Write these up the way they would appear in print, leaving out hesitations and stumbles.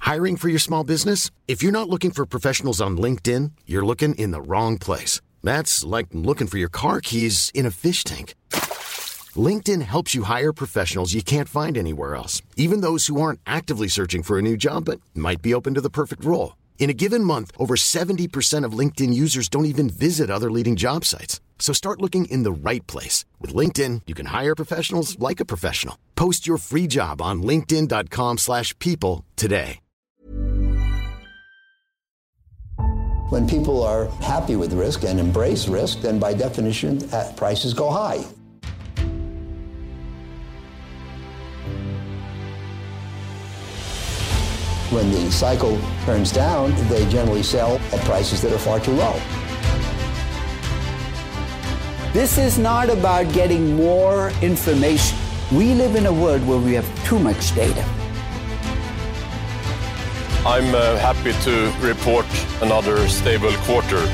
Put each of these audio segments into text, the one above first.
Hiring for your small business? If you're not looking for professionals on LinkedIn, you're looking in the wrong place. That's like looking for your car keys in a fish tank. LinkedIn helps you hire professionals you can't find anywhere else, even those who aren't actively searching for a new job but might be open to the perfect role. In a given month, over 70% of LinkedIn users don't even visit other leading job sites. So start looking in the right place. With LinkedIn, you can hire professionals like a professional. Post your free job on linkedin.com/people today. When people are happy with risk and embrace risk, then by definition, prices go high. When the cycle turns down, they generally sell at prices that are far too low. This is not about getting more information. We live in a world where we have too much data. I'm happy to report another stable quarter.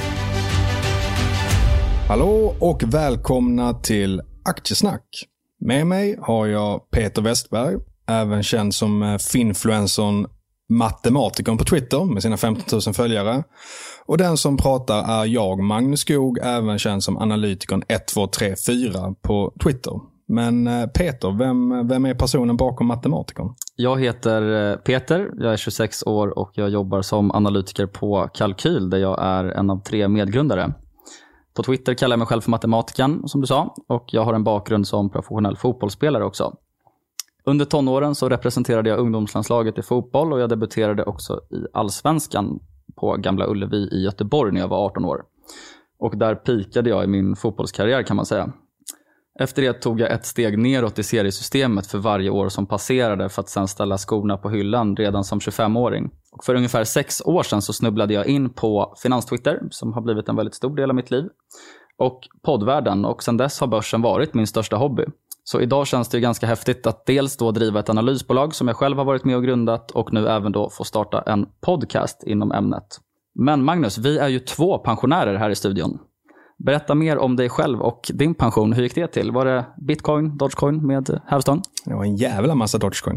Hallå och välkomna till Aktiesnack. Med mig har jag Peter Westberg, även känd som finfluencern Matematikern på Twitter med sina 15 000 följare. Och den som pratar är jag, Magnus Skog, även känd som analytikern 1234 på Twitter. Men Peter, vem är personen bakom Matematikern? Jag heter Peter, jag är 26 år och jag jobbar som analytiker på Kalkyl där jag är en av 3 medgrundare. På Twitter kallar jag mig själv för Matematikern, som du sa, och jag har en bakgrund som professionell fotbollsspelare också. Under tonåren så representerade jag ungdomslandslaget i fotboll och jag debuterade också i Allsvenskan på Gamla Ullevi i Göteborg när jag var 18 år. Och där pikade jag i min fotbollskarriär, kan man säga. Efter det tog jag ett steg neråt i seriesystemet för varje år som passerade för att sedan ställa skorna på hyllan redan som 25-åring. Och för ungefär 6 år sedan så snubblade jag in på Finanstwitter, som har blivit en väldigt stor del av mitt liv, och poddvärlden, och sedan dess har börsen varit min största hobby. Så idag känns det ju ganska häftigt att dels då driva ett analysbolag som jag själv har varit med och grundat och nu även då få starta en podcast inom ämnet. Men Magnus, vi är ju 2 pensionärer här i studion. Berätta mer om dig själv och din pension. Hur gick det till? Var det Bitcoin, Dogecoin med hävstång? Det var en jävla massa Dogecoin.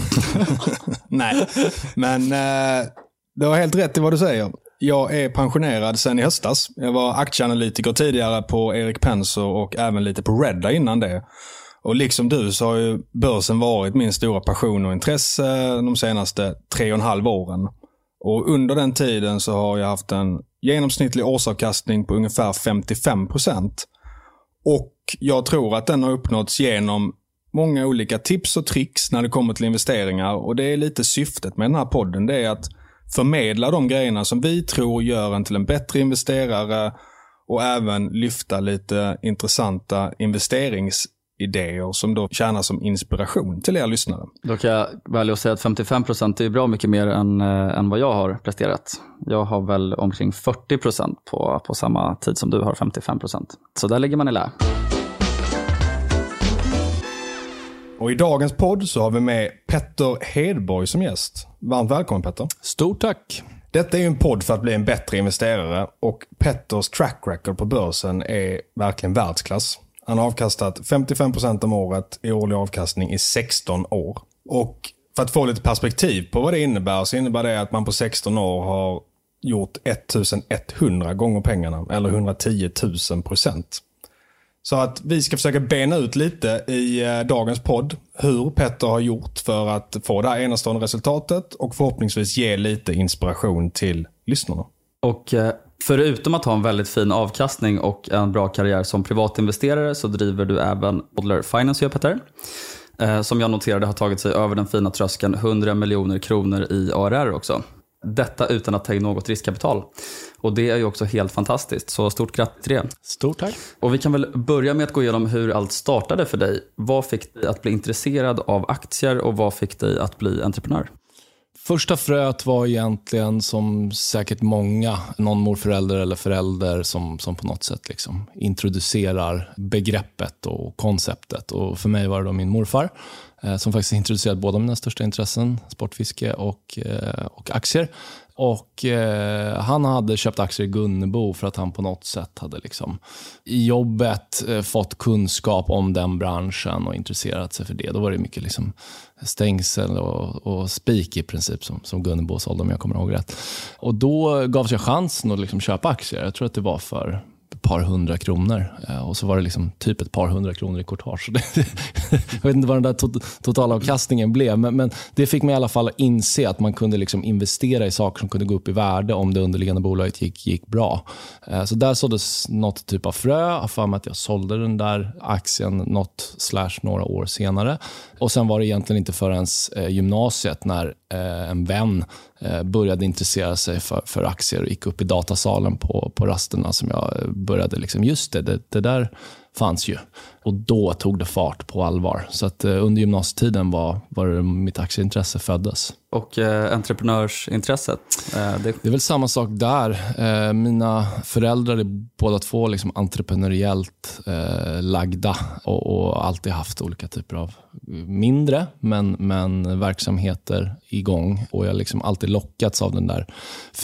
Nej, men det var helt rätt i vad du säger. Jag är pensionerad sedan i höstas. Jag var aktieanalytiker tidigare på Erik Penser och även lite på Redda innan det. Och liksom du så har ju börsen varit min stora passion och intresse de senaste 3,5 åren. Och under den tiden så har jag haft en genomsnittlig årsavkastning på ungefär 55%. Och jag tror att den har uppnåtts genom många olika tips och tricks när det kommer till investeringar. Och det är lite syftet med den här podden. Det är att förmedla de grejerna som vi tror gör en till en bättre investerare och även lyfta lite intressanta investeringsidéer som då tjänar som inspiration till er lyssnare. Då kan jag välja att säga att 55% är bra mycket mer än vad jag har presterat. Jag har väl omkring 40% på samma tid som du har 55%. Så där ligger man i lä. Och i dagens podd så har vi med Petter Hedborg som gäst. Varmt välkommen Petter. Stort tack. Detta är ju en podd för att bli en bättre investerare och Petters track record på börsen är verkligen världsklass. Han har avkastat 55% om året i årlig avkastning i 16 år. Och för att få lite perspektiv på vad det innebär så innebär det att man på 16 år har gjort 1100 gånger pengarna eller 110 000%. Så att vi ska försöka bena ut lite i dagens podd hur Petter har gjort för att få det här enastående resultatet och förhoppningsvis ge lite inspiration till lyssnarna. Och förutom att ha en väldigt fin avkastning och en bra karriär som privatinvesterare så driver du även Adler Finance, Petter. Som jag noterade har tagit sig över den fina tröskeln 100 miljoner kronor i ARR också. Detta utan att ta in något riskkapital. Och det är ju också helt fantastiskt. Så stort grattis till det. Stort tack. Och vi kan väl börja med att gå igenom hur allt startade för dig. Vad fick dig att bli intresserad av aktier och vad fick dig att bli entreprenör? Första fröet var egentligen som säkert många, någon morförälder eller förälder som på något sätt liksom introducerar begreppet och konceptet. Och för mig var det då min morfar som faktiskt introducerat båda mina största intressen, sportfiske och aktier. Och han hade köpt aktier i Gunnebo för att han på något sätt hade liksom i jobbet fått kunskap om den branschen och intresserat sig för det. Då var det mycket liksom stängsel och spik i princip som Gunnebo sålde, om jag kommer ihåg rätt. Och då gavs jag chansen att liksom köpa aktier. Jag tror att det var för ett par 100 kronor. Och så var det liksom typ ett par 100 kronor i courtage. Jag vet inte vad den där totala avkastningen blev. Men det fick mig i alla fall att inse att man kunde liksom investera i saker som kunde gå upp i värde om det underliggande bolaget gick bra. Så där såddes något typ av frö. För mig att jag sålde den där aktien några år senare. Och sen var det egentligen inte förrän gymnasiet när en vän började intressera sig för aktier och gick upp i datasalen på rasterna som jag började liksom, just det där fanns ju. Och då tog det fart på allvar. Så att under gymnasietiden var det mitt aktieintresse föddes. Och entreprenörsintresset? Det är väl samma sak där. Mina föräldrar är båda två liksom entreprenöriellt lagda och alltid haft olika typer av mindre men verksamheter igång. Och jag har liksom alltid lockats av den där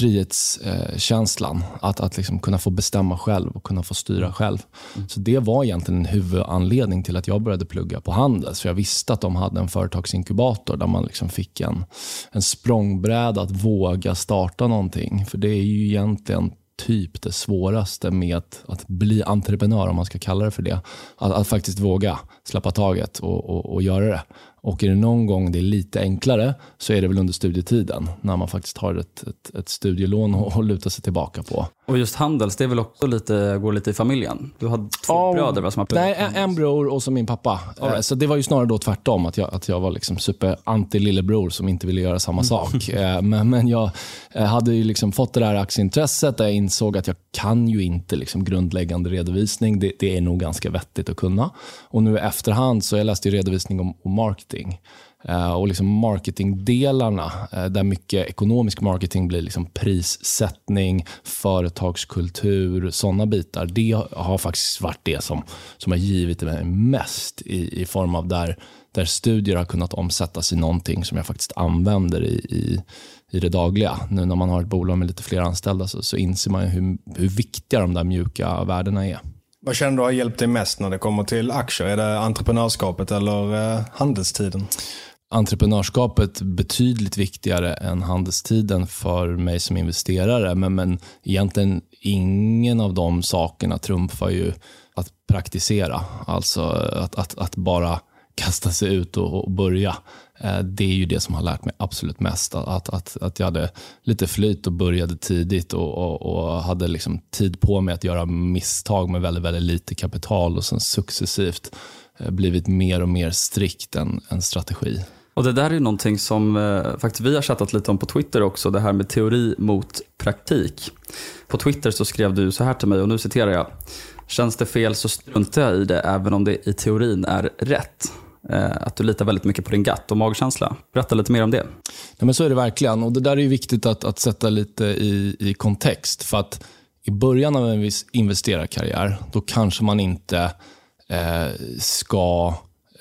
frihetskänslan. Att liksom kunna få bestämma själv och kunna få styra själv. Så det var egentligen en huvudanledning till att jag började plugga på Handels. För jag visste att de hade en företagsinkubator där man liksom fick en språngbräda att våga starta någonting. För det är ju egentligen typ det svåraste med att bli entreprenör, om man ska kalla det för det. Att faktiskt våga släppa taget och göra det. Och är det någon gång det är lite enklare så är det väl under studietiden när man faktiskt har ett studielån att luta sig tillbaka på. Och just Handels, det är väl också går lite i familjen? Du har två bröder som har pluggat? Nej, en bror och så min pappa. Right. Så det var ju snarare då tvärtom att jag var liksom super anti-lillebror som inte ville göra samma sak. Men jag hade ju liksom fått det där aktieintresset där jag insåg att jag kan ju inte liksom grundläggande redovisning. Det är nog ganska vettigt att kunna. Och nu i efterhand så jag läste ju redovisning om marketing. Och liksom marketingdelarna där mycket ekonomisk marketing blir liksom prissättning, företagskultur, sådana bitar. Det har faktiskt varit det som har givit mig mest i form av där studier har kunnat omsättas i någonting som jag faktiskt använder i det dagliga. Nu när man har ett bolag med lite fler anställda så inser man hur viktiga de där mjuka värdena är. Vad känner du har hjälpt dig mest när det kommer till aktier? Är det entreprenörskapet eller handelstiden? Entreprenörskapet betydligt viktigare än handelstiden för mig som investerare. Men egentligen ingen av de sakerna trumfar ju att praktisera. Alltså att bara kasta sig ut och börja. Det är ju det som har lärt mig absolut mest. Att jag hade lite flyt och började tidigt och hade liksom tid på mig att göra misstag med väldigt, väldigt lite kapital och sen successivt blivit mer och mer strikt en strategi. Och det där är ju någonting som faktiskt vi har chattat lite om på Twitter också, det här med teori mot praktik. På Twitter så skrev du så här till mig, och nu citerar jag: känns det fel så struntar jag i det även om det i teorin är rätt. Att du litar väldigt mycket på din gut och magkänsla. Berätta lite mer om det. Ja, men så är det verkligen. Och det där är ju viktigt att sätta lite i kontext. För att i början av en viss investerarkarriär då kanske man inte ska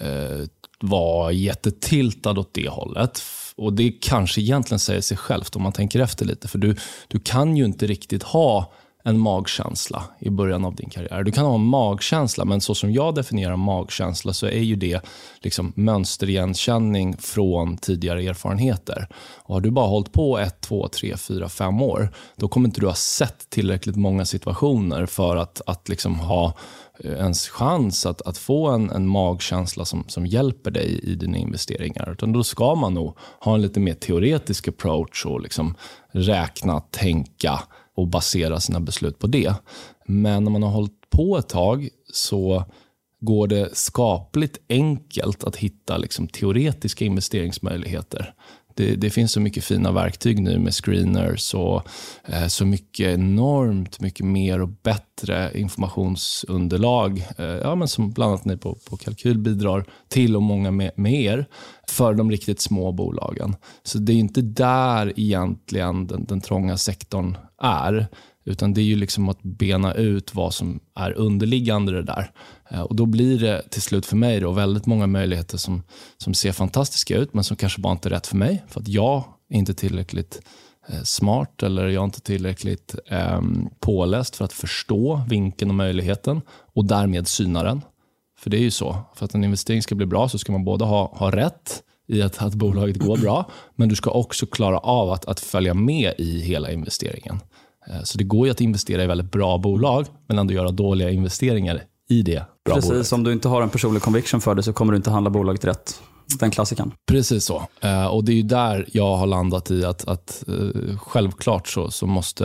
vara jättetiltad åt det hållet. Och det kanske egentligen säger sig självt om man tänker efter lite. För du kan ju inte riktigt ha en magkänsla i början av din karriär. Du kan ha en magkänsla, men så som jag definierar magkänsla så är ju det liksom mönsterigenkänning från tidigare erfarenheter. Och har du bara hållit på 1, 2, 3, 4, 5 år, då kommer inte du ha sett tillräckligt många situationer för att liksom ha ens chans att få en magkänsla som hjälper dig i dina investeringar. Utan då ska man nog ha en lite mer teoretisk approach och liksom räkna, tänka och basera sina beslut på det. Men när man har hållit på ett tag så går det skapligt enkelt att hitta liksom teoretiska investeringsmöjligheter. Det finns så mycket fina verktyg nu med screeners och så mycket enormt mycket mer och bättre informationsunderlag. Men som bland annat ni på Kalkyl bidrar till, och många med er, för de riktigt små bolagen. Så det är inte där egentligen den trånga sektorn är. Utan det är ju liksom att bena ut vad som är underliggande det där. Och då blir det till slut för mig då väldigt många möjligheter som ser fantastiska ut, men som kanske bara inte är rätt för mig. För att jag är inte tillräckligt smart, eller jag är inte tillräckligt påläst för att förstå vinkeln och möjligheten och därmed syna den. För det är ju så, för att en investering ska bli bra så ska man både ha rätt i att bolaget går bra, men du ska också klara av att följa med i hela investeringen. Så det går ju att investera i väldigt bra bolag, men ändå göra dåliga investeringar i det bra Precis, bolaget. om du inte har en personlig conviction för det så kommer du inte handla bolaget rätt. Den klassiken. Precis så. Och det är ju där jag har landat i att självklart så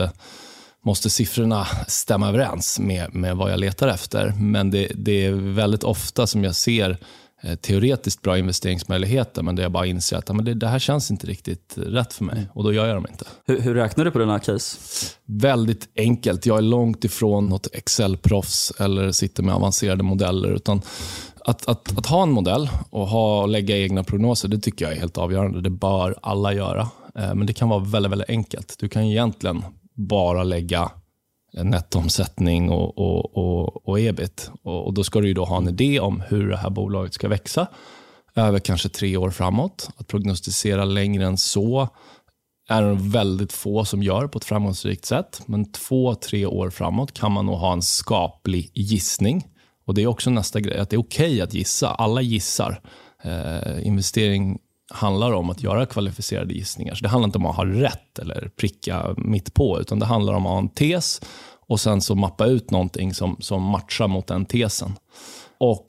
måste siffrorna stämma överens med vad jag letar efter. Men det är väldigt ofta som jag ser teoretiskt bra investeringsmöjligheter, men där jag bara inser att men det här känns inte riktigt rätt för mig, och då gör jag dem inte. Hur räknar du på den här case? Väldigt enkelt. Jag är långt ifrån något Excel-proffs eller sitter med avancerade modeller, utan att ha en modell och lägga egna prognoser, det tycker jag är helt avgörande. Det bör alla göra. Men det kan vara väldigt, väldigt enkelt. Du kan egentligen bara lägga nettoomsättning och ebit. Och då ska du ju då ha en idé om hur det här bolaget ska växa över kanske 3 år framåt. Att prognostisera längre än så är det väldigt få som gör på ett framgångsrikt sätt. Men 2-3 år framåt kan man nog ha en skaplig gissning. Och det är också nästa grej, att det är okej att gissa. Alla gissar. Investering handlar om att göra kvalificerade gissningar. Så det handlar inte om att ha rätt eller pricka mitt på, utan det handlar om att ha en tes och sen så mappa ut någonting som matchar mot den tesen. Och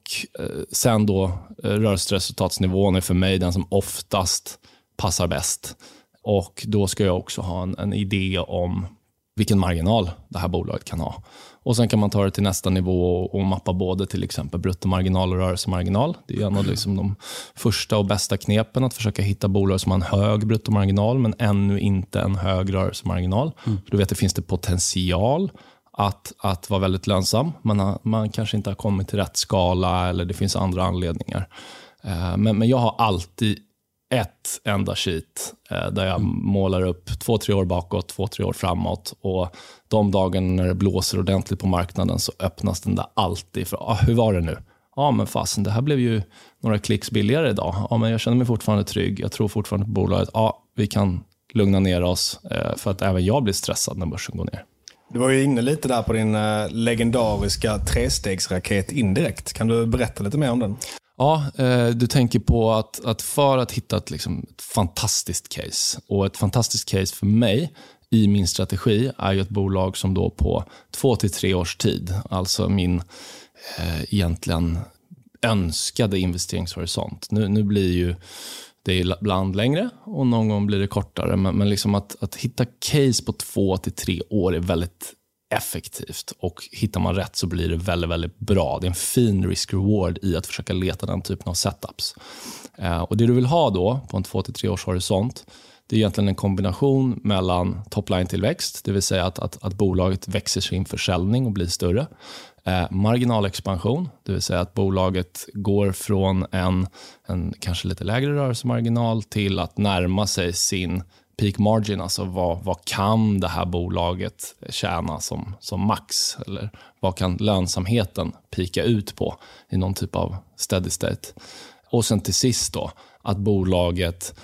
sen då rörelseresultatsnivån är för mig den som oftast passar bäst. Och då ska jag också ha en idé om vilken marginal det här bolaget kan ha. Och sen kan man ta det till nästa nivå och mappa både till exempel bruttomarginal och rörelsemarginal. Det är en av liksom de första och bästa knepen att försöka hitta bolag som har en hög bruttomarginal men ännu inte en hög rörelsemarginal. Du vet, det finns det potential att vara väldigt lönsam. Man kanske inte har kommit till rätt skala eller det finns andra anledningar. Men jag har alltid ett enda sheet där jag målar upp 2-3 år bakåt, 2-3 år framåt, och de dagarna när det blåser ordentligt på marknaden så öppnas den där alltid för hur var det nu? Ja, men fasen, det här blev ju några klicks billigare idag. Ja, men jag känner mig fortfarande trygg. Jag tror fortfarande på bolaget. Ja, vi kan lugna ner oss för att även jag blir stressad när börsen går ner. Du var ju inne lite där på din legendariska 3-stegsraket indirekt. Kan du berätta lite mer om den? Ja, du tänker på att för att hitta ett fantastiskt case, och ett fantastiskt case för mig i min strategi är ju ett bolag som då på 2-3 års tid, alltså min egentligen önskade investeringshorisont. Nu blir ju det ibland längre och någon gång blir det kortare, men liksom att hitta case på 2-3 år är väldigt effektivt, och hittar man rätt så blir det väldigt, väldigt bra. Det är en fin risk-reward i att försöka leta den typen av setups. Och det du vill ha då på en 2-3 års horisont, det är egentligen en kombination mellan topline-tillväxt, det vill säga att bolaget växer sin försäljning och blir större. Marginalexpansion, det vill säga att bolaget går från en kanske lite lägre rörelsemarginal till att närma sig sin peak margin, alltså vad kan det här bolaget tjäna som max, eller vad kan lönsamheten pika ut på i någon typ av steady state. Och sen till sist då att bolaget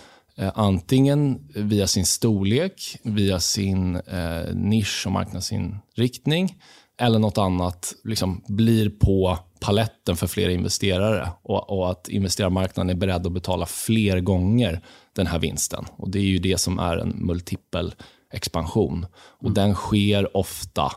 antingen via sin storlek, via sin nisch och marknadsinriktning eller något annat liksom blir på paletten för fler investerare, och att investerarmarknaden är beredd att betala fler gånger den här vinsten. Och det är ju det som är en multipel expansion. Och den sker ofta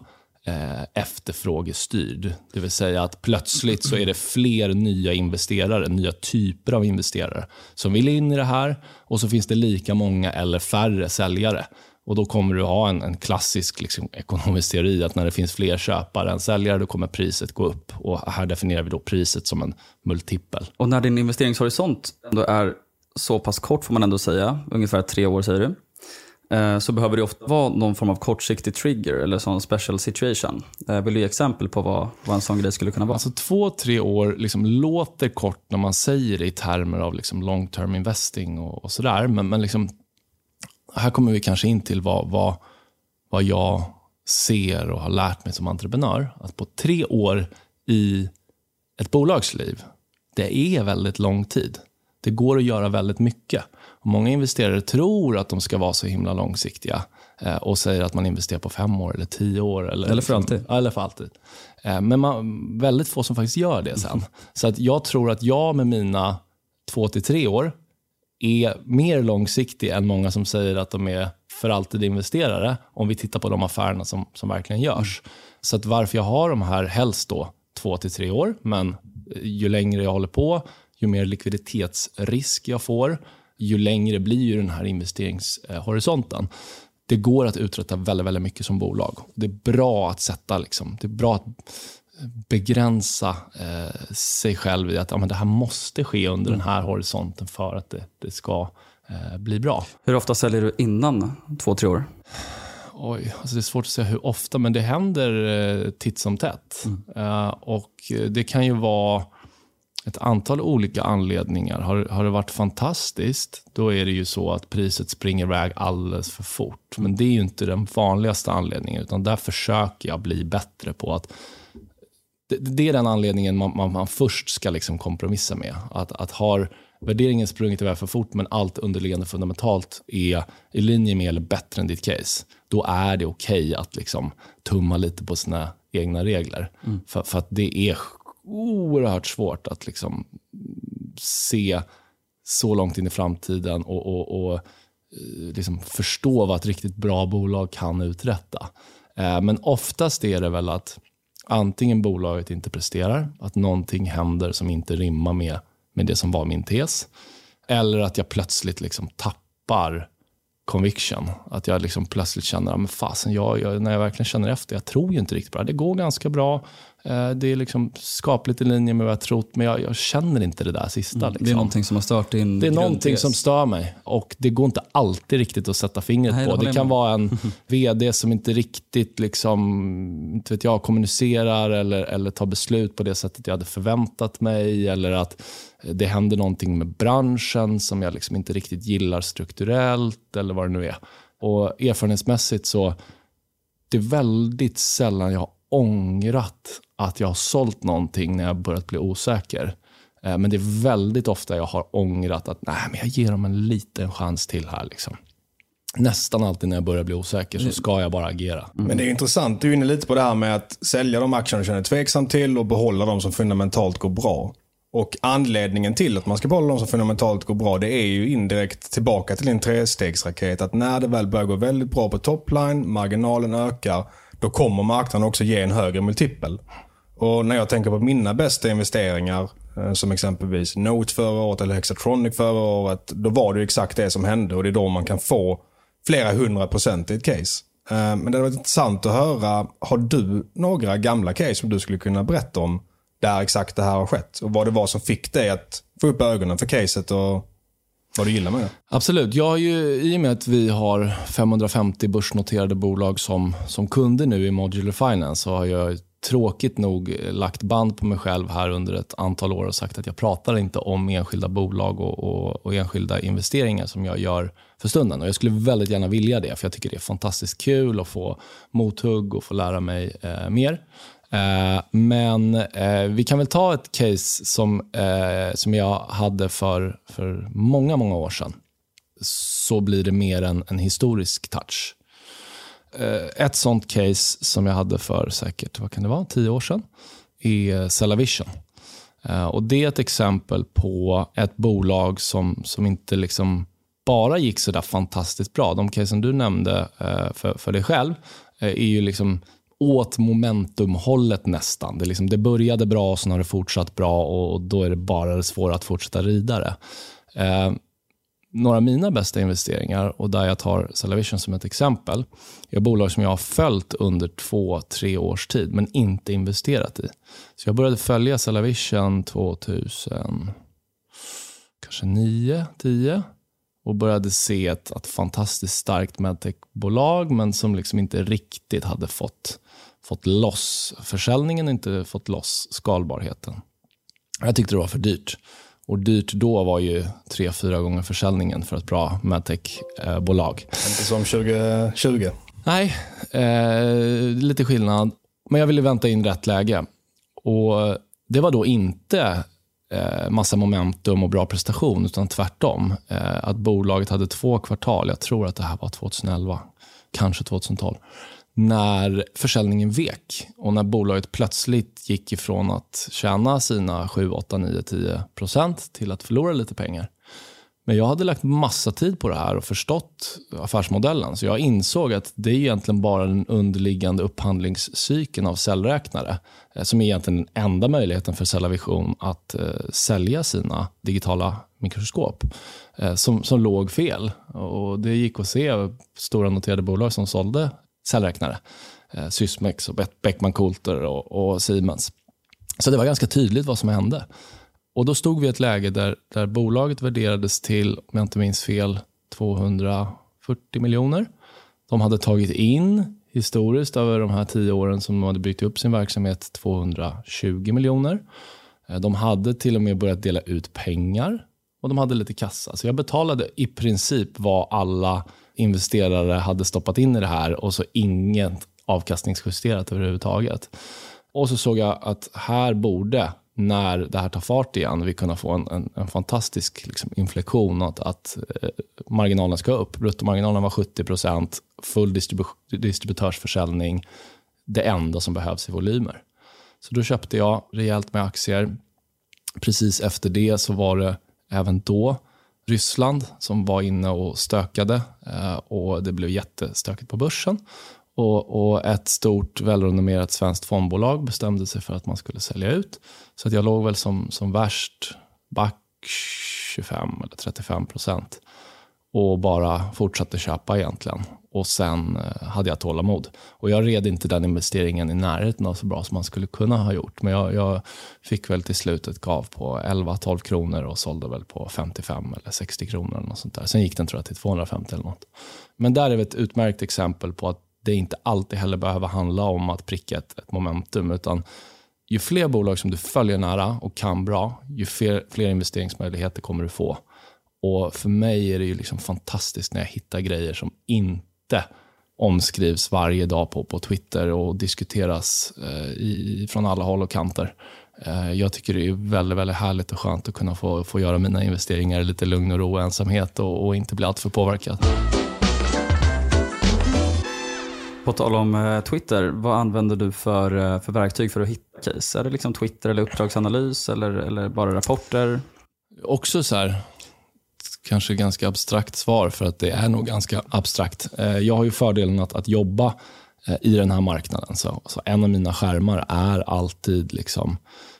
efterfrågestyrd. Det vill säga att plötsligt så är det fler nya investerare, nya typer av investerare som vill in i det här, och så finns det lika många eller färre säljare. Och då kommer du ha en klassisk ekonomisk teori att när det finns fler köpare än säljare, då kommer priset gå upp. Och här definierar vi då priset som en multipel. Och när din investeringshorisont ändå är så pass kort, får man ändå säga, ungefär 3 år säger du, så behöver det ofta vara någon form av kortsiktig trigger eller sån special situation. Vill du ge exempel på vad en sån grej skulle kunna vara? Alltså 2-3 år låter kort när man säger det i termer av long term investing och sådär. Men här kommer vi kanske in till vad jag ser och har lärt mig som entreprenör. Att på 3 år i ett bolagsliv, det är väldigt lång tid. Det går att göra väldigt mycket. Och många investerare tror att de ska vara så himla långsiktiga och säger att man investerar på 5 år eller 10 år. Eller för alltid. Eller för alltid. Men väldigt få som faktiskt gör det sen. Så att jag tror att jag med mina 2-3 år är mer långsiktig än många som säger att de är för alltid investerare, om vi tittar på de affärerna som verkligen görs. Så att varför jag har de här helst då 2-3 år, men ju längre jag håller på, ju mer likviditetsrisk jag får, ju längre blir ju den här investeringshorisonten. Det går att uträtta väldigt, väldigt mycket som bolag. Det är bra att sätta det är bra att begränsa sig själv i att det här måste ske under den här horisonten för att det ska bli bra. Hur ofta säljer du innan 2-3 år? Oj, alltså det är svårt att säga hur ofta, men det händer titt som tätt. Och det kan ju vara ett antal olika anledningar. Har det varit fantastiskt, då är det ju så att priset springer iväg alldeles för fort. Men det är ju inte den vanligaste anledningen, utan där försöker jag bli bättre på att det är den anledningen man först ska kompromissa med. Att har värderingen sprungit iväg för fort, men allt underliggande fundamentalt är i linje med eller bättre än ditt case, då är det okej att tumma lite på sina egna regler. För att det är oerhört svårt att se så långt in i framtiden och förstå vad ett riktigt bra bolag kan uträtta. Men oftast är det väl att antingen bolaget inte presterar, att någonting händer som inte rimmar med det som var min tes, eller att jag plötsligt tappar conviction, att jag plötsligt känner men fasen, när jag verkligen känner efter, jag tror ju inte riktigt bra, det går ganska bra, det är skapligt i linje med vad jag trott, men jag känner inte det där sista. Det är någonting som har stört din Det är någonting som stör mig, och det går inte alltid riktigt att sätta fingret på. Det kan vara en vd som inte riktigt inte vet jag, kommunicerar eller tar beslut på det sättet jag hade förväntat mig, eller att det händer någonting med branschen som jag inte riktigt gillar strukturellt, eller vad det nu är. Och erfarenhetsmässigt så det är väldigt sällan jag har ångrat att jag har sålt någonting när jag börjat bli osäker. Men det är väldigt ofta jag har ångrat att men jag ger dem en liten chans till här. Nästan alltid när jag börjar bli osäker så ska jag bara agera. Men det är intressant, du är inne lite på det här med att sälja de aktierna du känner tveksam till och behålla de som fundamentalt går bra. Och anledningen till att man ska behålla de som fundamentalt går bra, det är ju indirekt tillbaka till en 3-stegsraket. Att när det väl börjar gå väldigt bra på topline, marginalen ökar, då kommer marknaden också ge en högre multipel. Och när jag tänker på mina bästa investeringar, som exempelvis Note förra året eller Hexatronic förra året, då var det exakt det som hände, och det är då man kan få flera 100% i ett case. Men det var intressant att höra, har du några gamla case som du skulle kunna berätta om där exakt det här har skett? Och vad det var som fick dig att få upp ögonen för caset och vad du gillar med det? Absolut. Jag har ju, i och med att vi har 550 börsnoterade bolag som kunder nu i Modular Finance, så har jag tråkigt nog lagt band på mig själv här under ett antal år och sagt att jag pratar inte om enskilda bolag och enskilda investeringar som jag gör för stunden. Och jag skulle väldigt gärna vilja det, för jag tycker det är fantastiskt kul att få mothugg och få lära mig mer. Men vi kan väl ta ett case som jag hade för många, många år sedan. Så blir det mer en historisk touch. Ett sånt case som jag hade för säkert, 10 år sedan, är Cellavision. Och det är ett exempel på ett bolag som inte bara gick så där fantastiskt bra. De casen du nämnde för dig själv är ju åt momentumhållet nästan. Det började bra och sen har det fortsatt bra, och då är det bara det svåra att fortsätta vidare. Några av mina bästa investeringar, och där jag tar Cellavision som ett exempel, är bolag som jag har följt under 2-3 års tid men inte investerat i. Så jag började följa Cellavision 2009-10 och började se ett fantastiskt starkt medtech-bolag, men som inte riktigt hade fått loss försäljningen, inte fått loss skalbarheten. Jag tyckte det var för dyrt. Och dyrt då var ju 3-4 gånger försäljningen för ett bra medtech-bolag. Inte som 2020. Nej, lite skillnad. Men jag ville vänta in rätt läge. Och Det var då inte massa momentum och bra prestation, utan tvärtom. Att bolaget hade 2 kvartal, jag tror att det här var 2011, kanske 2012, när försäljningen vek och när bolaget plötsligt gick ifrån att tjäna sina 7, 8, 9, 10% till att förlora lite pengar. Men jag hade lagt massa tid på det här och förstått affärsmodellen. Så jag insåg att det är egentligen bara den underliggande upphandlingscykeln av säljräknare som är egentligen den enda möjligheten för Cellavision att sälja sina digitala mikroskop som låg fel. Och det gick att se stora noterade bolag som sålde säljräknare. Sysmex och Beckman Coulter och Siemens. Så det var ganska tydligt vad som hände. Och då stod vi i ett läge där bolaget värderades till, om jag inte minns fel, 240 miljoner. De hade tagit in historiskt över de här 10 åren som de hade byggt upp sin verksamhet 220 miljoner. De hade till och med börjat dela ut pengar och de hade lite kassa. Så jag betalade i princip vad alla investerare hade stoppat in i det här och så inget avkastningsjusterat överhuvudtaget. Och så såg jag att här borde, när det här tar fart igen, vi kunna få en fantastisk liksom, inflektion att marginalen ska upp. Bruttomarginalen var 70%, full distributörsförsäljning, det enda som behövs i volymer. Så då köpte jag rejält med aktier. Precis efter det så var det även då Ryssland som var inne och stökade och det blev jättestökigt på börsen. Och ett stort välrenommerat svenskt fondbolag bestämde sig för att man skulle sälja ut. Så att jag låg väl som värst back 25 eller 35% och bara fortsatte köpa egentligen. Och sen hade jag tålamod. Och jag red inte den investeringen i närheten av så bra som man skulle kunna ha gjort. Men jag fick väl till slut ett gav på 11-12 kronor och sålde väl på 55 eller 60 kronor eller något sånt där. Sen gick den tror jag till 250 eller något. Men där är ett utmärkt exempel på att det inte alltid heller behöver handla om att pricka ett momentum, utan ju fler bolag som du följer nära och kan bra, ju fler investeringsmöjligheter kommer du få. Och för mig är det ju liksom fantastiskt när jag hittar grejer som inte omskrivs varje dag på Twitter och diskuteras från alla håll och kanter. Jag tycker det är väldigt, väldigt härligt och skönt att kunna få göra mina investeringar i lite lugn och ro och ensamhet och inte bli alltför påverkad. På tal om Twitter, vad använder du för verktyg för att hitta case? Är det liksom Twitter eller uppdragsanalys eller bara rapporter? Också så här, kanske ganska abstrakt svar för att det är nog ganska abstrakt. Jag har ju fördelen att jobba i den här marknaden. Så en av mina skärmar är alltid liksom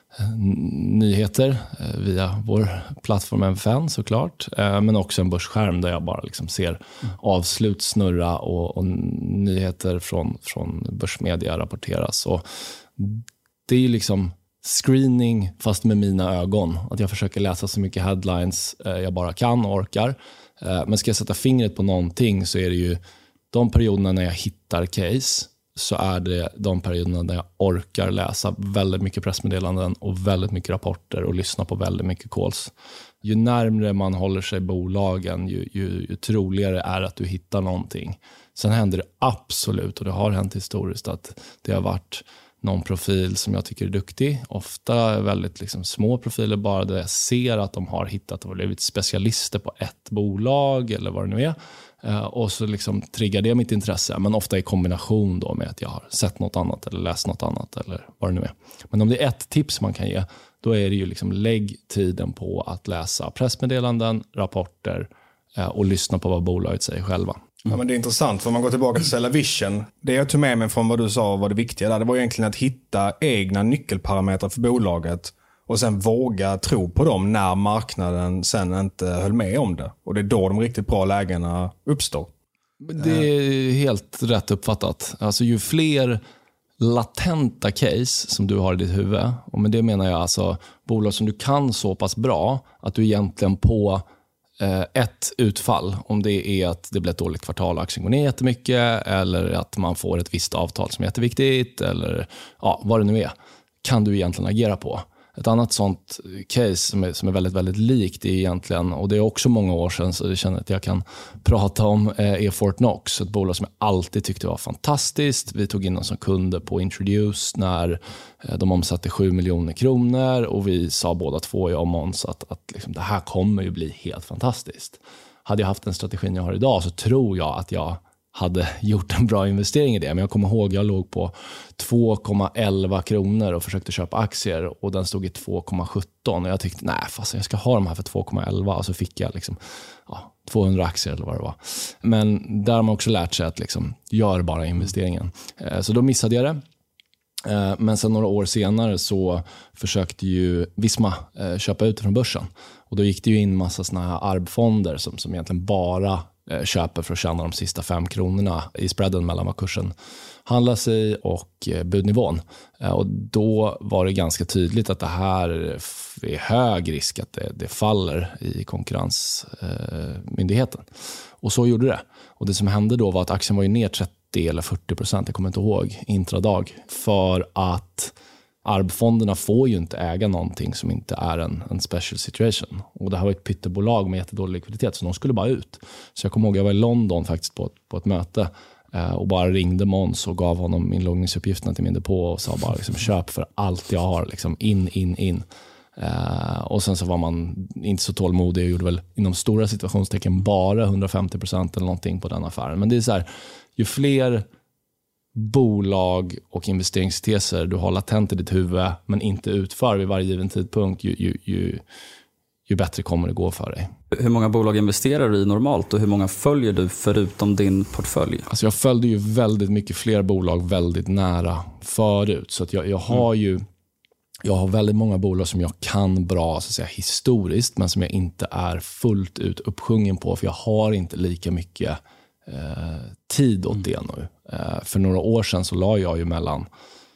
nyheter via vår plattform MFN såklart, men också en börsskärm där jag bara liksom ser avslut snurra och nyheter från börsmedia rapporteras. Och det är ju liksom screening fast med mina ögon. Att jag försöker läsa så mycket headlines jag bara kan och orkar. Men ska jag sätta fingret på någonting så är det ju de perioderna när jag hittar case, så är det de perioderna där jag orkar läsa väldigt mycket pressmeddelanden och väldigt mycket rapporter och lyssna på väldigt mycket calls. Ju närmare man håller sig bolagen, ju troligare är att du hittar någonting. Sen händer det absolut, och det har hänt historiskt, att det har varit någon profil som jag tycker är duktig. Ofta väldigt liksom små profiler bara där jag ser att de har hittat och blivit specialister på ett bolag eller vad det nu är. Och så liksom triggar det mitt intresse, men ofta i kombination då med att jag har sett något annat eller läst något annat eller vad det nu är. Men om det är ett tips man kan ge, då är det ju liksom lägg tiden på att läsa pressmeddelanden, rapporter och lyssna på vad bolaget säger själva. Ja, men det är intressant, för om man går tillbaka till Cellavision. Det jag tog med mig från vad du sa var det viktiga där, det var egentligen att hitta egna nyckelparametrar för bolaget och sen våga tro på dem när marknaden sen inte höll med om det. Och det är då de riktigt bra lägena uppstår. Det är helt rätt uppfattat. Alltså ju fler latenta case som du har i ditt huvud, och med det menar jag alltså bolag som du kan så pass bra att du egentligen på ett utfall, om det är att det blir ett dåligt kvartal och aktien går ner jättemycket, eller att man får ett visst avtal som är jätteviktigt, eller ja, vad det nu är, kan du egentligen agera på. Ett annat sånt case som är väldigt, väldigt likt är egentligen, och det är också många år sedan så jag känner att jag kan prata om, är Fortnox, ett bolag som jag alltid tyckte var fantastiskt. Vi tog in dem som kunder på Introduce när de omsatte 7 miljoner kronor och vi sa båda två, jag och Måns, att liksom, det här kommer ju bli helt fantastiskt. Hade jag haft den strategin jag har idag så tror jag att jag hade gjort en bra investering i det. Men jag kommer ihåg, jag låg på 2,11 kronor och försökte köpa aktier och den stod i 2,17 och jag tyckte, nej fast jag ska ha de här för 2,11 och så fick jag liksom 200 aktier eller vad det var. Men där har man också lärt sig att liksom, gör bara investeringen. Så då missade jag det. Men sen några år senare så försökte ju Visma köpa ut från börsen. Och då gick det ju in massa såna här arbfonder som egentligen bara köper för att tjäna de sista 5 kronorna i spreaden mellan vad kursen handlas i och budnivån. Och då var det ganska tydligt att det här är hög risk att det faller i konkurrensmyndigheten. Och så gjorde det. Och det som hände då var att aktien var ju ner 30 eller 40%, jag kommer inte ihåg, intradag. För att arbfonderna får ju inte äga någonting som inte är en special situation. Och det här var ett pyttebolag med jättedålig likviditet så de skulle bara ut. Så jag kommer ihåg, jag var i London faktiskt på ett möte och bara ringde Måns och gav honom inloggningsuppgifterna till min depå och sa bara liksom, köp för allt jag har, liksom, in. Och sen så var man inte så tålmodig och gjorde väl inom stora situationstecken bara 150% eller någonting på den affären. Men det är så här, ju fler bolag och investeringsteser du har latent i ditt huvud men inte utför vid varje given tidpunkt, ju bättre kommer det gå för dig. Hur många bolag investerar du i normalt och hur många följer du förutom din portfölj? Alltså jag följde ju väldigt mycket fler bolag väldigt nära förut, så att jag har väldigt många bolag som jag kan bra så att säga, historiskt, men som jag inte är fullt ut uppsjungen på, för jag har inte lika mycket tid åt det nu. För några år sedan så la jag ju mellan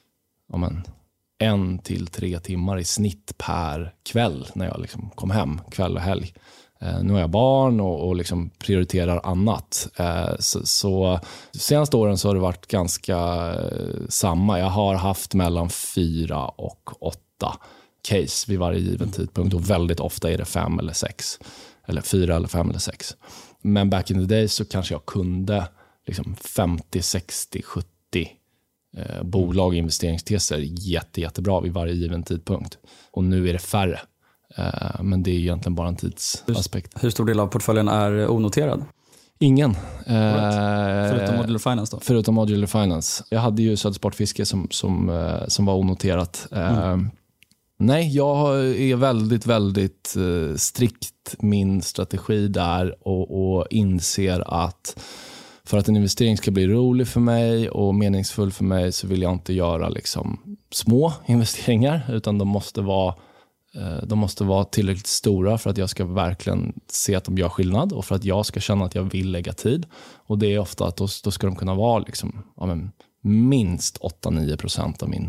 1 till 3 timmar i snitt per kväll när jag liksom kom hem, kväll och helg. Nu har jag barn och liksom prioriterar annat. Så de senaste åren så har det varit ganska samma. Jag har haft mellan 4 och 8 case vid varje given tidpunkt och väldigt ofta är det 5 eller 6. Eller 4 eller 5 eller 6. Men back in the days så kanske jag kunde liksom 50, 60, 70 bolag och investeringsteser jättebra vid varje given tidpunkt. Och nu är det färre. Men det är egentligen bara en tidsaspekt. Hur stor del av portföljen är onoterad? Ingen. Förutom Modular Finance då? Förutom Modular Finance. Jag hade ju Södersportfiske som var onoterat. Nej, jag är väldigt, väldigt strikt min strategi där och inser att för att en investering ska bli rolig för mig och meningsfull för mig så vill jag inte göra liksom små investeringar, utan de måste vara tillräckligt stora för att jag ska verkligen se att de gör skillnad och för att jag ska känna att jag vill lägga tid. Och det är ofta att då ska de kunna vara liksom, minst 8-9% av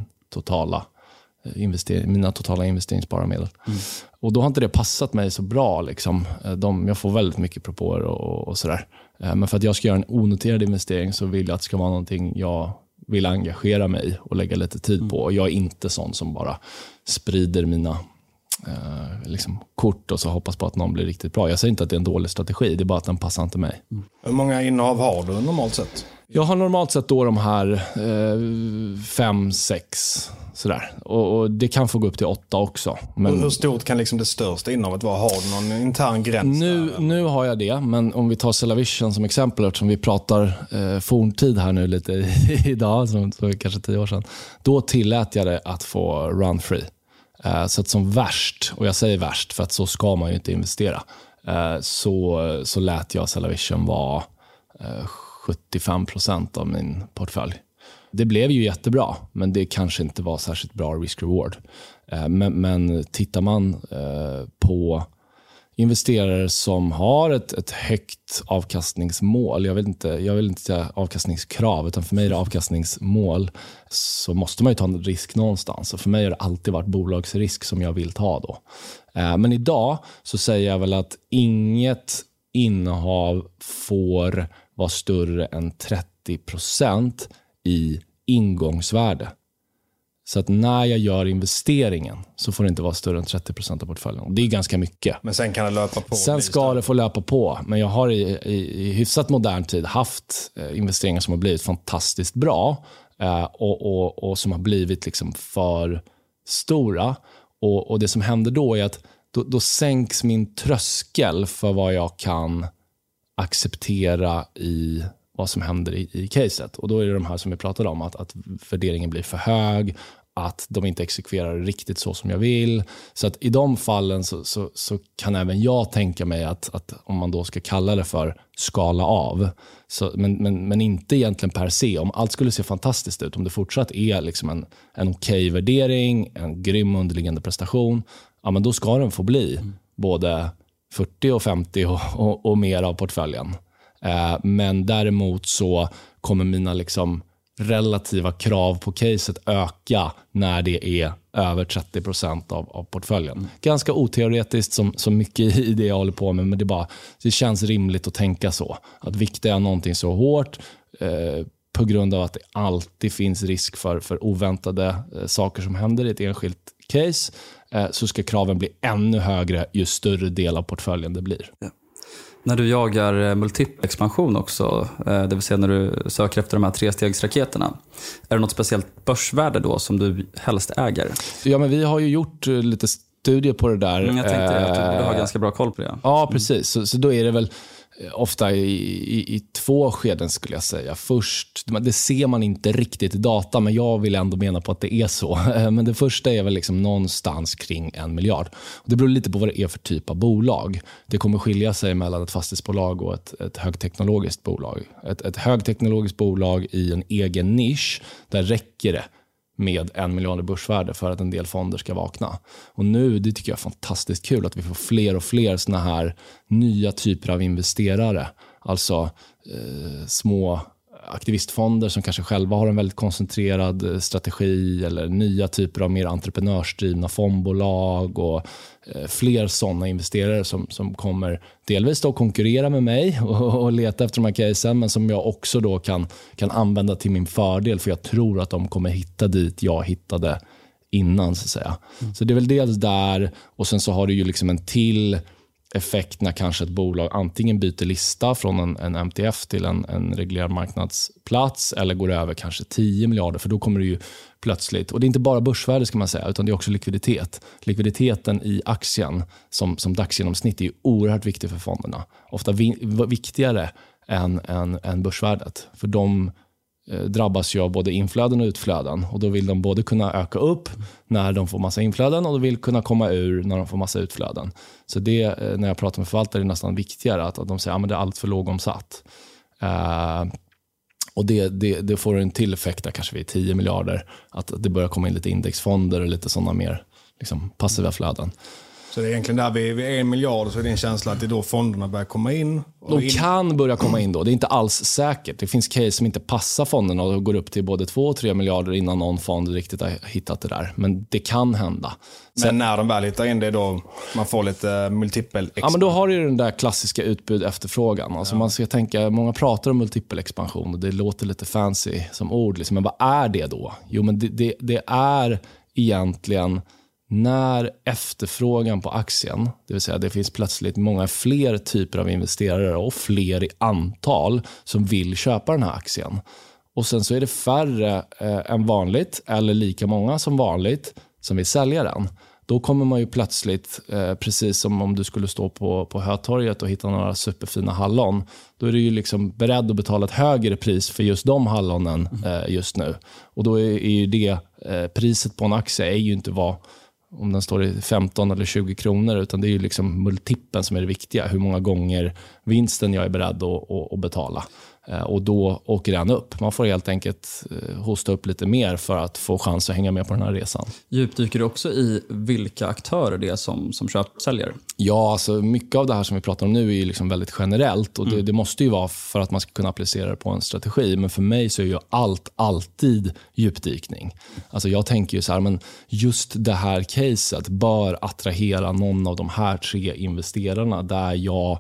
mina totala investeringsbara medel. Och då har inte det passat mig så bra. Liksom. Jag får väldigt mycket propåer och sådär. Men för att jag ska göra en onoterad investering så vill jag att det ska vara någonting jag vill engagera mig och lägga lite tid på. Och jag är inte sån som bara sprider mina kort och så hoppas på att någon blir riktigt bra. Jag säger inte att det är en dålig strategi, det är bara att den passar inte mig. Hur många innehav har du normalt sett? Jag har normalt sett då de här 5-6 sådär. Och det kan få gå upp till 8 också. Men hur stort kan liksom det största innehavet vara? Har du någon intern gräns? Nu har jag det, men om vi tar Cellavision som exempel, eftersom vi pratar forntid här nu lite idag, som kanske 10 år sedan. Då tillät jag det att få run free. Så att som värst, och jag säger värst för att så ska man ju inte investera, så lät jag Cellavision vara 75% av min portfölj. Det blev ju jättebra, men det kanske inte var särskilt bra risk-reward. Men tittar man på investerare som har ett högt avkastningsmål, jag vill inte säga avkastningskrav, utan för mig är det avkastningsmål, så måste man ju ta en risk någonstans. Och för mig har det alltid varit bolagsrisk som jag vill ta då. Men idag så säger jag väl att inget innehav får vara större än 30% i ingångsvärde. Så att när jag gör investeringen så får det inte vara större än 30% av portföljen. Och det är ganska mycket. Men sen kan det löpa på. Sen ska det få löpa på. Men jag har i hyfsat modern tid haft investeringar som har blivit fantastiskt bra. Och som har blivit liksom för stora. Och det som händer då är att då sänks min tröskel för vad jag kan acceptera i vad som händer i caset. Och då är det de här som vi pratade om, att värderingen blir för hög, att de inte exekverar riktigt så som jag vill. Så att i de fallen så kan även jag tänka mig att om man då ska kalla det för skala av. Så, men inte egentligen per se. Om allt skulle se fantastiskt ut, om det fortsatt är liksom en okej värdering, en grym underliggande prestation, ja, men då ska den få bli både 40 och 50 och mer av portföljen. Men däremot så kommer mina liksom relativa krav på caset öka när det är över 30% av portföljen. Ganska oteoretiskt som mycket i det jag håller på med, men det känns rimligt att tänka så. Att vikta jag någonting så hårt på grund av att det alltid finns risk för oväntade saker som händer i ett enskilt case, så ska kraven bli ännu högre ju större del av portföljen det blir. Ja. När du jagar multipel expansion också, det vill säga när du söker efter de här 3-stegsraketerna, är det något speciellt börsvärde då som du helst äger? Ja, men vi har ju gjort lite studier på det där. Jag tänkte att du har ganska bra koll på det. Ja, precis. Så då är det väl ofta i två skeden skulle jag säga. Först, det ser man inte riktigt i data, men jag vill ändå mena på att det är så. Men det första är väl liksom någonstans kring 1 miljard. Och det beror lite på vad det är för typ av bolag. Det kommer skilja sig mellan ett fastighetsbolag och ett högteknologiskt bolag. Ett högteknologiskt bolag i en egen nisch, där räcker det med 1 miljard i börsvärde för att en del fonder ska vakna. Och nu, det tycker jag är fantastiskt kul att vi får fler och fler såna här nya typer av investerare. Alltså små aktivistfonder som kanske själva har en väldigt koncentrerad strategi, eller nya typer av mer entreprenörsdrivna fondbolag och fler sådana investerare som kommer delvis då konkurrera med mig och leta efter de här casen, men som jag också då kan använda till min fördel, för jag tror att de kommer hitta dit jag hittade innan, så att säga. Så det är väl dels där, och sen så har du ju liksom en till effekt när kanske ett bolag antingen byter lista från en MTF till en reglerad marknadsplats, eller går över kanske 10 miljarder, för då kommer det ju plötsligt, och det är inte bara börsvärde ska man säga, utan det är också likviditet. Likviditeten i aktien som dagsgenomsnitt är ju oerhört viktig för fonderna. Ofta viktigare än börsvärdet, för de drabbas ju av både inflöden och utflöden, och då vill de både kunna öka upp när de får massa inflöden, och de vill kunna komma ur när de får massa utflöden. Så det, när jag pratar med förvaltare, är det nästan viktigare att de säger att det är allt för lågomsatt. Och det får en till effekt där kanske vid 10 miljarder, att det börjar komma in lite indexfonder och lite sådana mer liksom passiva flöden. Så det är egentligen där vid 1 miljard, så är det en känsla att det är då fonderna börjar komma in. De kan börja komma in då. Det är inte alls säkert. Det finns case som inte passar fonderna och går upp till både 2 och 3 miljarder innan någon fond riktigt har hittat det där. Men det kan hända. Men när de väl hittar in det, då man får lite multipel. Ja, men då har du den där klassiska utbud-efterfrågan. Alltså man ska tänka, många pratar om multipel-expansion och det låter lite fancy som ord. Liksom. Men vad är det då? Jo, men det är egentligen när efterfrågan på aktien, det vill säga det finns plötsligt många fler typer av investerare och fler i antal som vill köpa den här aktien. Och sen så är det färre än vanligt, eller lika många som vanligt, som vill sälja den. Då kommer man ju plötsligt, precis som om du skulle stå på Hötorget och hitta några superfina hallon, då är du ju liksom beredd att betala ett högre pris för just de hallonen just nu. Och då är ju det priset på en aktie är ju inte om den står i 15 eller 20 kronor, utan det är ju liksom multipeln som är det viktiga. Hur många gånger vinsten jag är beredd att betala. Och då åker den upp. Man får helt enkelt hosta upp lite mer för att få chans att hänga med på den här resan. Djupdyker du också i vilka aktörer det är som säljer? Ja, alltså mycket av det här som vi pratar om nu är ju liksom väldigt generellt. Och det måste ju vara för att man ska kunna applicera det på en strategi. Men för mig så är ju alltid djupdykning. Alltså jag tänker ju så här, men just det här caset bör attrahera någon av de här 3 investerarna där jag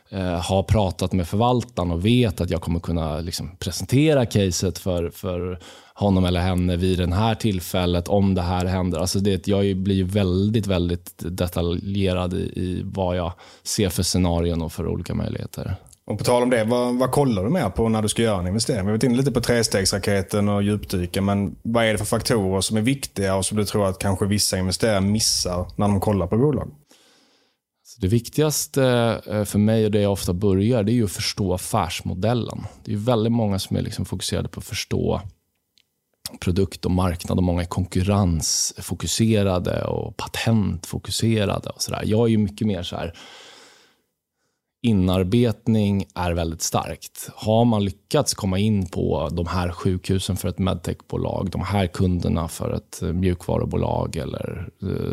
har pratat med förvaltaren och vet att jag kommer kunna liksom presentera caset för honom eller henne vid det här tillfället om det här händer. Alltså jag blir väldigt, väldigt detaljerad i vad jag ser för scenarion och för olika möjligheter. Och på tal om det, vad kollar du mer på när du ska göra en investering? Vi har varit inne lite på trestegsraketen och djupdyka, men vad är det för faktorer som är viktiga och som du tror att kanske vissa investerare missar när de kollar på bolag? Det viktigaste för mig och det jag ofta börjar, det är ju att förstå affärsmodellen. Det är ju väldigt många som är liksom fokuserade på att förstå produkt och marknad, och många är konkurrensfokuserade och patentfokuserade och sådär. Jag är ju mycket mer så här, inarbetning är väldigt starkt. Har man lyckats komma in på de här sjukhusen för ett medtechbolag, de här kunderna för ett mjukvarubolag eller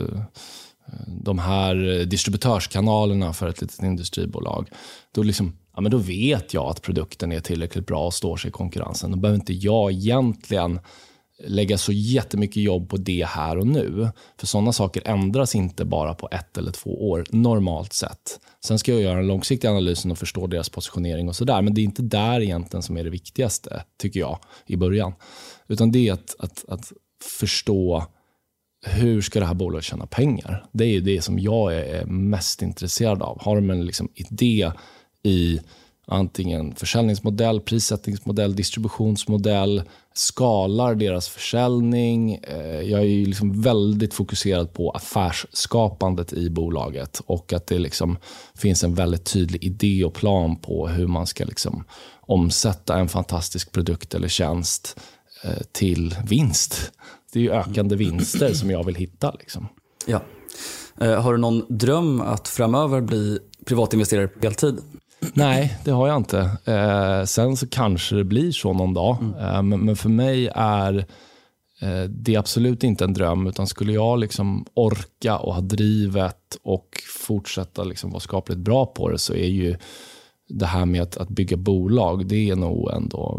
de här distributörskanalerna för ett litet industribolag, då, då vet jag att produkten är tillräckligt bra och står sig i konkurrensen. Då behöver inte jag egentligen lägga så jättemycket jobb på det här och nu. För sådana saker ändras inte bara på 1 eller 2 år, normalt sett. Sen ska jag göra en långsiktig analys och förstå deras positionering och sådär. Men det är inte där egentligen som är det viktigaste, tycker jag, i början. Utan det är att förstå hur ska det här bolaget tjäna pengar. Det är ju det som jag är mest intresserad av. Har de en idé i antingen försäljningsmodell, prissättningsmodell, distributionsmodell, skalar deras försäljning. Jag är ju väldigt fokuserad på affärsskapandet i bolaget och att det finns en väldigt tydlig idé och plan på hur man ska omsätta en fantastisk produkt eller tjänst till vinst. Det är ju ökande vinster som jag vill hitta. Ja. Har du någon dröm att framöver bli privatinvesterare på heltid? Nej, det har jag inte. Sen så kanske det blir så någon dag. Men för mig är det absolut inte en dröm. Utan skulle jag orka och ha drivet och fortsätta vara skapligt bra på det, så är ju det här med att bygga bolag, det är nog ändå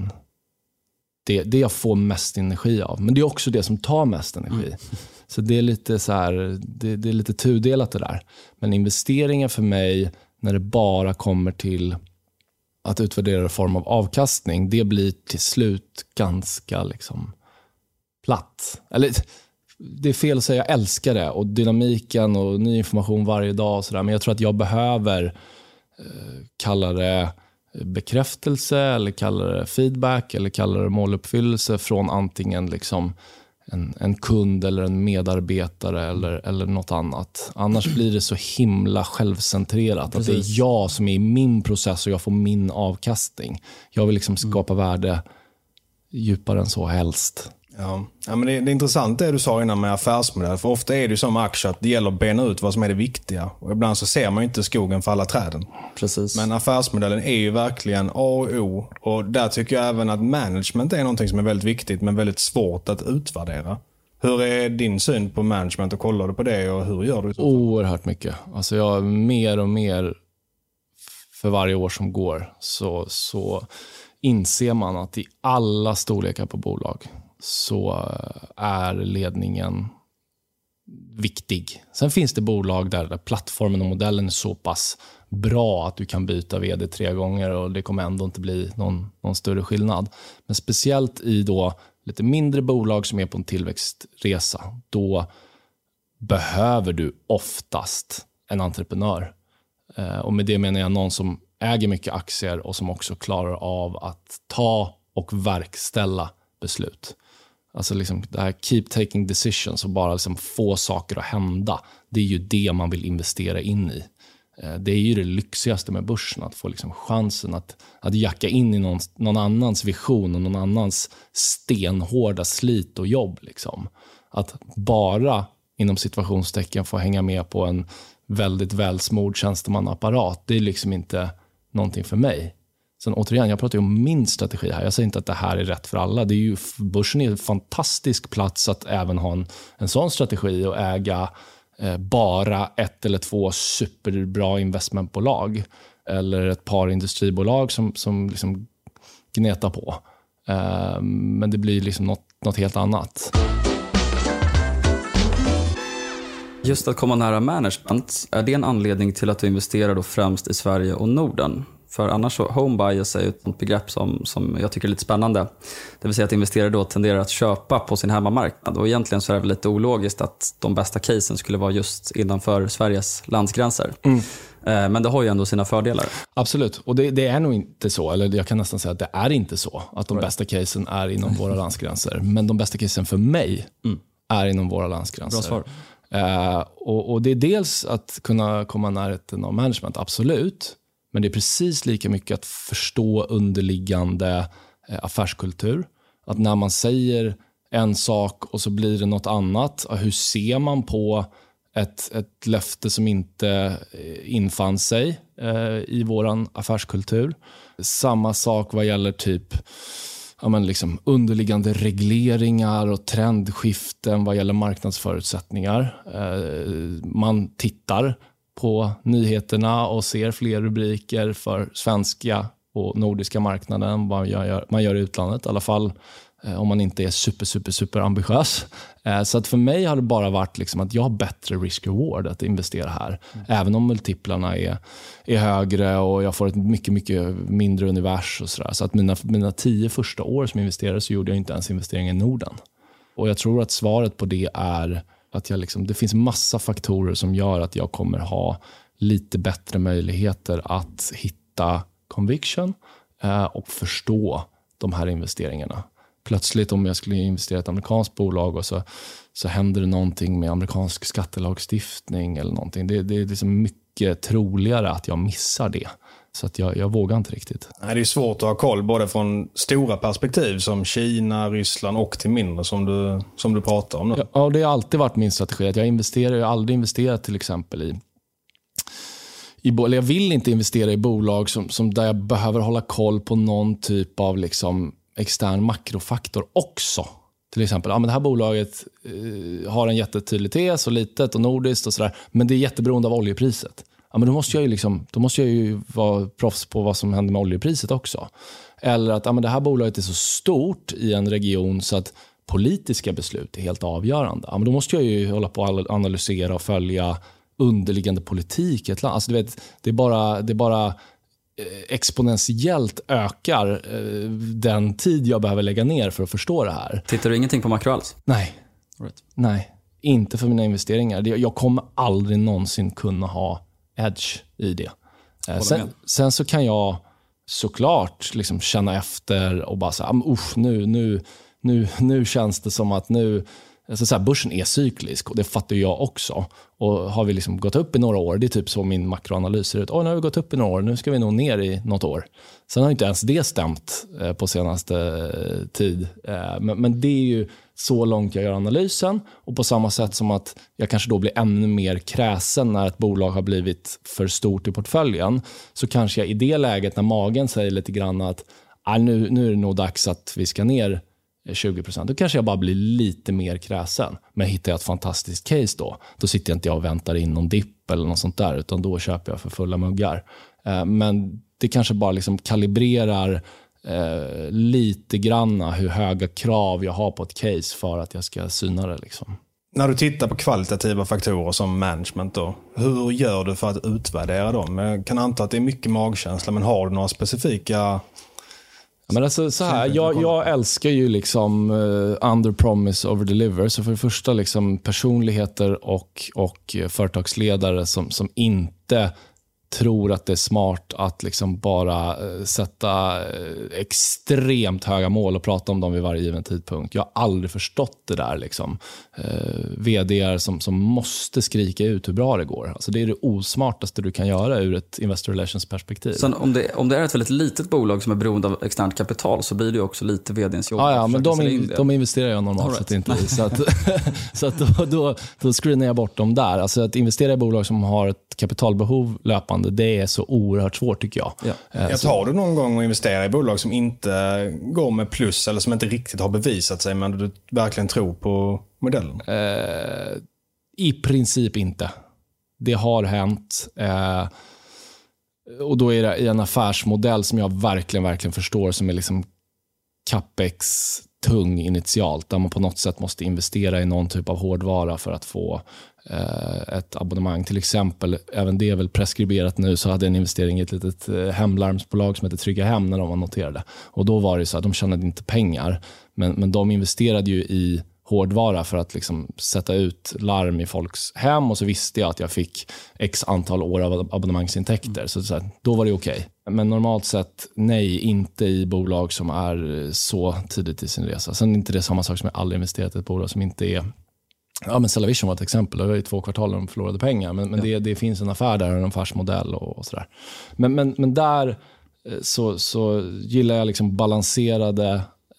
det jag får mest energi av. Men det är också det som tar mest energi. Så det är lite så här, det är lite tudelat det där. Men investeringen för mig, när det bara kommer till att utvärdera form av avkastning, det blir till slut ganska platt. Eller det är fel att säga, jag älskar det och dynamiken och ny information varje dag och sådär, men jag tror att jag behöver kalla det bekräftelse eller kalla det feedback eller kalla det måluppfyllelse från antingen en kund eller en medarbetare eller något annat. Annars blir det så himla självcentrerat. Precis. Att det är jag som är i min process och jag får min avkastning. Jag vill skapa värde djupare än så helst. Ja, men det är intressant det du sa innan med affärsmodell. För ofta är det ju som aktier att det gäller att bena ut vad som är det viktiga. Och ibland så ser man ju inte skogen för alla träden. Precis. Men affärsmodellen är ju verkligen A och O. Och där tycker jag även att management är någonting som är väldigt viktigt men väldigt svårt att utvärdera. Hur är din syn på management och kollar du på det och hur gör du? Oerhört mycket. Alltså jag mer och mer för varje år som går så inser man att i alla storlekar på bolag så är ledningen viktig. Sen finns det bolag där plattformen och modellen är så pass bra att du kan byta vd 3 gånger och det kommer ändå inte bli någon större skillnad. Men speciellt i då lite mindre bolag som är på en tillväxtresa, då behöver du oftast en entreprenör. Och med det menar jag någon som äger mycket aktier och som också klarar av att ta och verkställa beslut. Alltså det här keep taking decisions och bara få saker att hända. Det är ju det man vill investera in i. Det är ju det lyxigaste med börsen, att få chansen att jacka in i någon annans vision och någon annans stenhårda slit och jobb. Att bara inom situationstecken få hänga med på en väldigt välsmord tjänstemannaapparat, det är inte någonting för mig. Sen återigen, jag pratar ju om min strategi här. Jag säger inte att det här är rätt för alla. Det är ju, börsen är en fantastisk plats att även ha en sån strategi och äga bara 1 eller 2 superbra investmentbolag eller ett par industribolag som gnetar på. Men det blir något helt annat. Just att komma nära management, är det en anledning till att du investerar då främst i Sverige och Norden? För annars så, home bias är ju ett begrepp som jag tycker är lite spännande. Det vill säga att investerare då tenderar att köpa på sin hemmamarknad. Och egentligen så är det väl lite ologiskt att de bästa casen skulle vara just innanför Sveriges landsgränser. Men det har ju ändå sina fördelar. Absolut, och det är nog inte så, eller jag kan nästan säga att det är inte så att de bästa casen är inom våra landsgränser. Men de bästa casen för mig är inom våra landsgränser. Bra svar. Och det är dels att kunna komma närheten av management, absolut. Men det är precis lika mycket att förstå underliggande affärskultur. Att när man säger en sak och så blir det något annat. Hur ser man på ett löfte som inte infann sig i våran affärskultur? Samma sak vad gäller typ liksom underliggande regleringar och trendskiften vad gäller marknadsförutsättningar. Man tittar på nyheterna och ser fler rubriker för svenska och nordiska marknaden än vad man gör i utlandet. I alla fall om man inte är super ambitiös. Så att för mig har det bara varit liksom att jag har bättre risk-reward att investera här. Även om multiplarna är högre och jag får ett mycket mindre univers och sådär. Så att mina 10 första år som investerare så gjorde jag inte ens investering i Norden. Och jag tror att svaret på det är att det finns massa faktorer som gör att jag kommer ha lite bättre möjligheter att hitta conviction och förstå de här investeringarna. Plötsligt om jag skulle investera i ett amerikanskt bolag och så händer det någonting med amerikansk skattelagstiftning eller någonting. Det är liksom mycket troligare att jag missar det. Så att jag vågar inte riktigt. Nej, det är svårt att ha koll både från stora perspektiv som Kina, Ryssland och till mindre som du pratar om nu. Ja, det har alltid varit min strategi. Att jag har aldrig investerat till exempel eller jag vill inte investera i bolag som där jag behöver hålla koll på någon typ av extern makrofaktor också. Till exempel, men det här bolaget har en jättetydlig tes och litet och nordiskt och sådär, men det är jätteberoende av oljepriset. Men då måste jag ju vara proffs på vad som händer med oljepriset också. Eller att det här bolaget är så stort i en region så att politiska beslut är helt avgörande. Men då måste jag ju hålla på att analysera och följa underliggande politik i ett land. Alltså, du vet, det är bara exponentiellt ökar den tid jag behöver lägga ner för att förstå det här. Tittar du ingenting på makro alls? Nej. Right. Nej, inte för mina investeringar. Jag kommer aldrig någonsin kunna ha edge i det. Sen så kan jag såklart känna efter och bara säga, nu känns det som att börsen är cyklisk och det fattar jag också. Och har vi gått upp i några år, det är typ så min makroanalys ser ut. Nu har vi gått upp i några år, nu ska vi nog ner i något år. Sen har inte ens det stämt på senaste tid. Men det är ju så långt jag gör analysen. Och på samma sätt som att jag kanske då blir ännu mer kräsen när ett bolag har blivit för stort i portföljen. Så kanske jag i det läget när magen säger lite grann att nu är det nog dags att vi ska ner 20%. Då kanske jag bara blir lite mer kräsen. Men hittar jag ett fantastiskt case då sitter jag inte och väntar in någon dipp eller något sånt där, utan då köper jag för fulla muggar. Men det kanske bara kalibrerar lite granna hur höga krav jag har på ett case för att jag ska syna det. När du tittar på kvalitativa faktorer som management då, hur gör du för att utvärdera dem? Jag kan anta att det är mycket magkänsla, men har du några specifika... Men alltså, så här, jag älskar ju under promise over deliver. Så för det första personligheter och företagsledare som inte tror att det är smart att bara sätta extremt höga mål och prata om dem vid varje given tidpunkt. Jag har aldrig förstått det där. VD:ar som måste skrika ut hur bra det går. Alltså det är det osmartaste du kan göra ur ett investor relations perspektiv. Sen om det är ett väldigt litet bolag som är beroende av externt kapital så blir det ju också lite VD:ns jobb. Ja, men de investerar jag normalt sett inte i. Så att då screenar jag bort dem där. Alltså att investera i bolag som har ett kapitalbehov löpande, det är så oerhört svårt tycker jag. Ja. Tar du någon gång att investera i bolag som inte går med plus eller som inte riktigt har bevisat sig, men du verkligen tror på modellen? I princip inte. Det har hänt. Och då är det i en affärsmodell som jag verkligen förstår, som är capex tung initialt där man på något sätt måste investera i någon typ av hårdvara för att få ett abonnemang. Till exempel, även det är väl preskriberat nu, så hade en investering i ett litet hemlarmsbolag som heter Trygga Hem när de var noterade. Och då var det så att de tjänade inte pengar, men de investerade ju i hårdvara för att liksom sätta ut larm i folks hem, och så visste jag att jag fick x antal år av abonnemangsintäkter. Så då var det okej. Men normalt sett, nej, inte i bolag som är så tidigt i sin resa. Sen är inte det samma sak som jag aldrig investerat i ett bolag som inte är... Ja, men Cellavision var ett exempel. Det var ju 2 kvartal de förlorade pengar. Men det finns en affär där, en affärsmodell och sådär. Men där så gillar jag liksom balanserade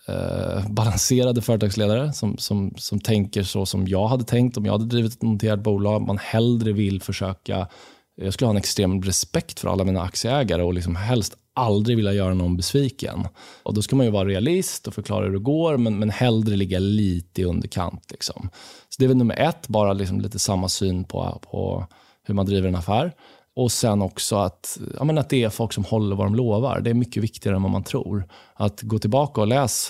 företagsledare som tänker så som jag hade tänkt om jag hade drivit ett noterat bolag. Man hellre vill försöka... Jag skulle ha en extrem respekt för alla mina aktieägare och liksom helst aldrig vilja göra någon besviken. Och då ska man ju vara realist och förklara hur det går, men hellre ligga lite i underkant. Liksom. Så det är väl nummer 1, bara liksom lite samma syn på hur man driver en affär. Och sen också att det är folk som håller vad de lovar. Det är mycket viktigare än vad man tror. Att gå tillbaka och läsa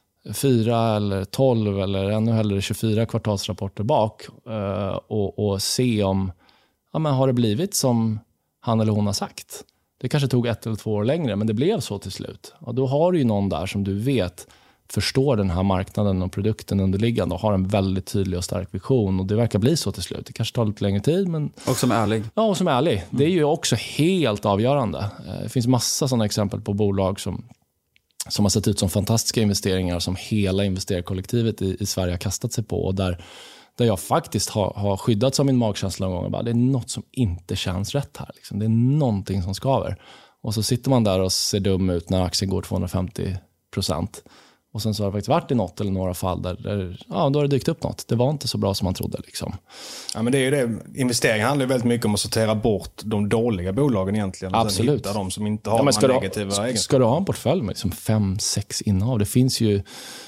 4 eller 12 eller ännu hellre 24 kvartalsrapporter bak och se om har det blivit som han eller hon har sagt. Det kanske tog 1 eller 2 år längre, men det blev så till slut. Och då har du ju någon där som du vet förstår den här marknaden och produkten underliggande och har en väldigt tydlig och stark vision, och det verkar bli så till slut. Det kanske tar lite längre tid, men... Och som är ärlig. Ja, och som är ärlig. Det är ju också helt avgörande. Det finns massa sådana exempel på bolag som har sett ut som fantastiska investeringar som hela investerarkollektivet i Sverige har kastat sig på, och där jag faktiskt har skyddats av min magkänsla någon gång. Bara, det är något som inte känns rätt här. Liksom. Det är någonting som skaver. Och så sitter man där och ser dum ut när aktien går 250%. Och sen så har det faktiskt varit i något eller några fall där då har det dykt upp något. Det var inte så bra som man trodde. Liksom. Ja, men det är ju det. Investeringar handlar ju väldigt mycket om att sortera bort de dåliga bolagen egentligen. Absolut. Hitta de som inte har några negativa egenskaper. Ska du ha en portfölj med liksom 5-6 innehav? Det finns ju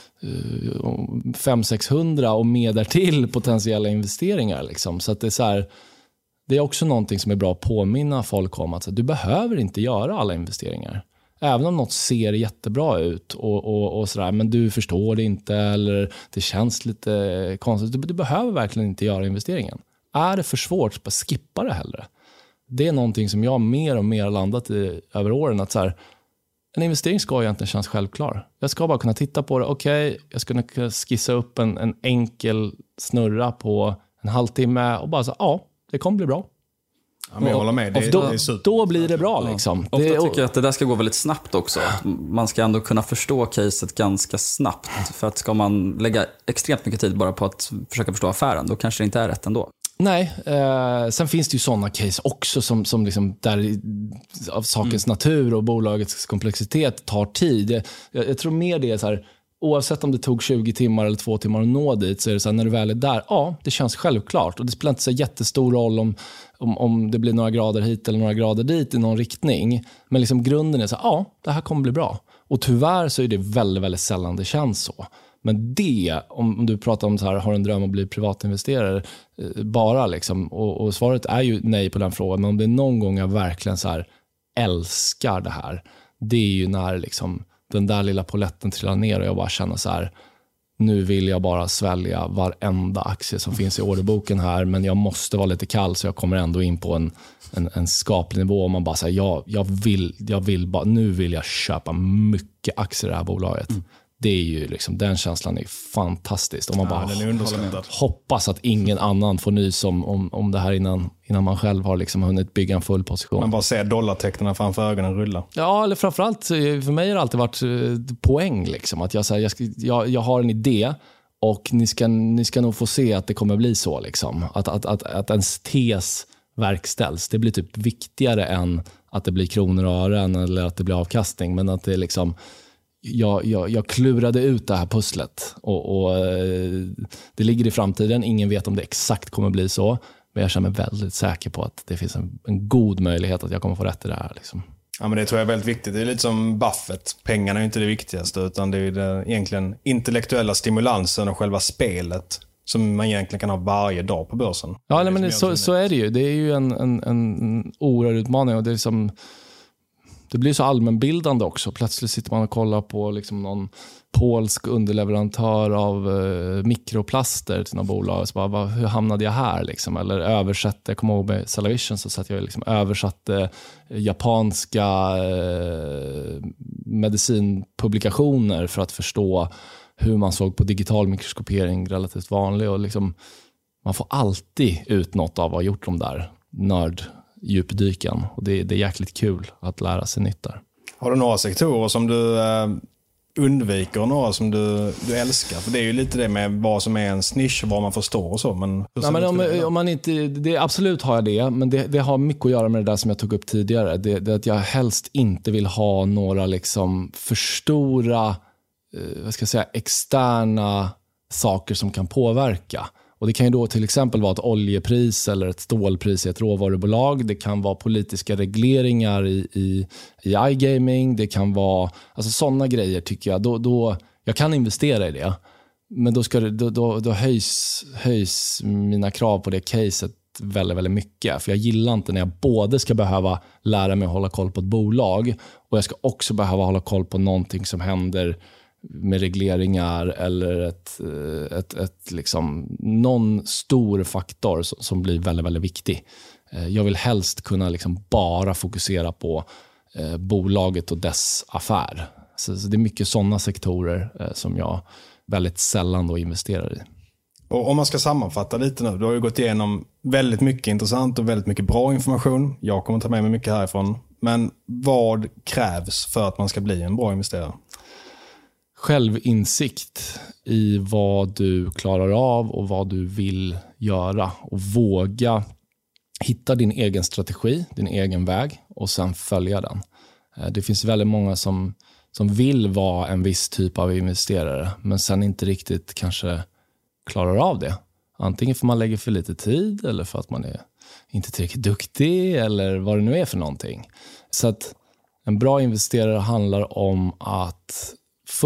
500-600 och med därtill potentiella investeringar. Liksom. Så att det är så här, det är också någonting som är bra att påminna folk om. Att du behöver inte göra alla investeringar. Även om något ser jättebra ut och sådär, men du förstår det inte eller det känns lite konstigt. Du behöver verkligen inte göra investeringen. Är det för svårt, bara skippa det hellre. Det är någonting som jag mer och mer har landat i över åren. Att så här, en investering ska egentligen kännas självklar. Jag ska bara kunna titta på det. Okej, jag ska kunna skissa upp en enkel snurra på en halvtimme och bara så det kommer bli bra. Ja, men jag håller med. Då blir det bra. Liksom. Ofta tycker jag att det där ska gå väldigt snabbt också. Man ska ändå kunna förstå caset ganska snabbt. För att ska man lägga extremt mycket tid bara på att försöka förstå affären, då kanske det inte är rätt ändå. Nej, sen finns det ju sådana case också som liksom där av sakens natur och bolagets komplexitet tar tid. Jag tror mer det är så här, oavsett om det tog 20 timmar eller 2 timmar att nå dit, så är det så här, när du väl är där, det känns självklart. Och det spelar inte så jättestor roll om det blir några grader hit eller några grader dit i någon riktning. Men liksom grunden är så här, det här kommer bli bra. Och tyvärr så är det väldigt, väldigt sällan det känns så. Men det, om du pratar om så här, har en dröm att bli privatinvesterare bara liksom, och svaret är ju nej på den frågan. Men om det är någon gång jag verkligen så här älskar det här, det är ju när liksom den där lilla poletten trillar ner och jag bara känner så här, nu vill jag bara svälja varenda aktie som finns i orderboken här, men jag måste vara lite kall så jag kommer ändå in på en skaplig nivå. Och man bara säger, jag vill bara, nu vill jag köpa mycket aktier i det här bolaget. Det är ju liksom, den känslan är fantastisk. Och man bara hoppas att ingen annan får nys om det här innan man själv har liksom hunnit bygga en full position. Man bara ser dollartecknen framför ögonen rulla. Ja, eller framförallt för mig har det alltid varit poäng liksom, att jag har en idé och ni ska nog få se att det kommer bli så liksom. Att ens tes verkställs. Det blir typ viktigare än att det blir kronor och ören eller att det blir avkastning, men att det liksom jag klurade ut det här pusslet och det ligger i framtiden. Ingen vet om det exakt kommer bli så, men jag känner mig väldigt säker på att det finns en god möjlighet att jag kommer få rätt i det här. Liksom. Ja, men det tror jag är väldigt viktigt. Det är lite som Buffett. Pengarna är ju inte det viktigaste, utan det är det egentligen intellektuella stimulansen och själva spelet som man egentligen kan ha varje dag på börsen. Ja, men så är det ju. Det är ju en oerhörd utmaning och det är som... det blir så allmänbildande också. Plötsligt sitter man och kollar på liksom någon polsk underleverantör av mikroplaster till några bolag. Så bara, hur hamnade jag här? Liksom? Eller översatte, jag kommer ihåg med Salavision så att jag liksom översatte japanska medicinpublikationer för att förstå hur man såg på digital mikroskopering, relativt vanlig. Och liksom, man får alltid ut något av att ha gjort de där nörddjupdyken. Och det är jäkligt kul att lära sig nytt där. Har du några sektorer som du undviker och några som du älskar? För det är ju lite det med vad som är ens nisch och vad man förstår och så. Men om man inte, det, absolut har jag det, men det har mycket att göra med det där som jag tog upp tidigare. Det att jag helst inte vill ha några liksom för stora, vad ska jag säga, externa saker som kan påverka. Och det kan ju då till exempel vara ett oljepris eller ett stålpris i ett råvarubolag. Det kan vara politiska regleringar i iGaming. Det kan vara alltså sådana grejer tycker jag. Då jag kan investera i det. Men då höjs mina krav på det caset väldigt, väldigt mycket. För jag gillar inte när jag både ska behöva lära mig att hålla koll på ett bolag och jag ska också behöva hålla koll på någonting som händer med regleringar eller ett liksom, någon stor faktor som blir väldigt, väldigt viktig. Jag vill helst kunna liksom bara fokusera på bolaget och dess affär. Så det är mycket sådana sektorer som jag väldigt sällan då investerar i. Och om man ska sammanfatta lite nu, du har ju gått igenom väldigt mycket intressant och väldigt mycket bra information. Jag kommer ta med mig mycket härifrån. Men vad krävs för att man ska bli en bra investerare? Självinsikt i vad du klarar av och vad du vill göra. Och våga hitta din egen strategi, din egen väg och sen följa den. Det finns väldigt många som vill vara en viss typ av investerare men sen inte riktigt kanske klarar av det. Antingen för man lägger för lite tid eller för att man är inte tillräckligt duktig eller vad det nu är för någonting. Så att en bra investerare handlar om att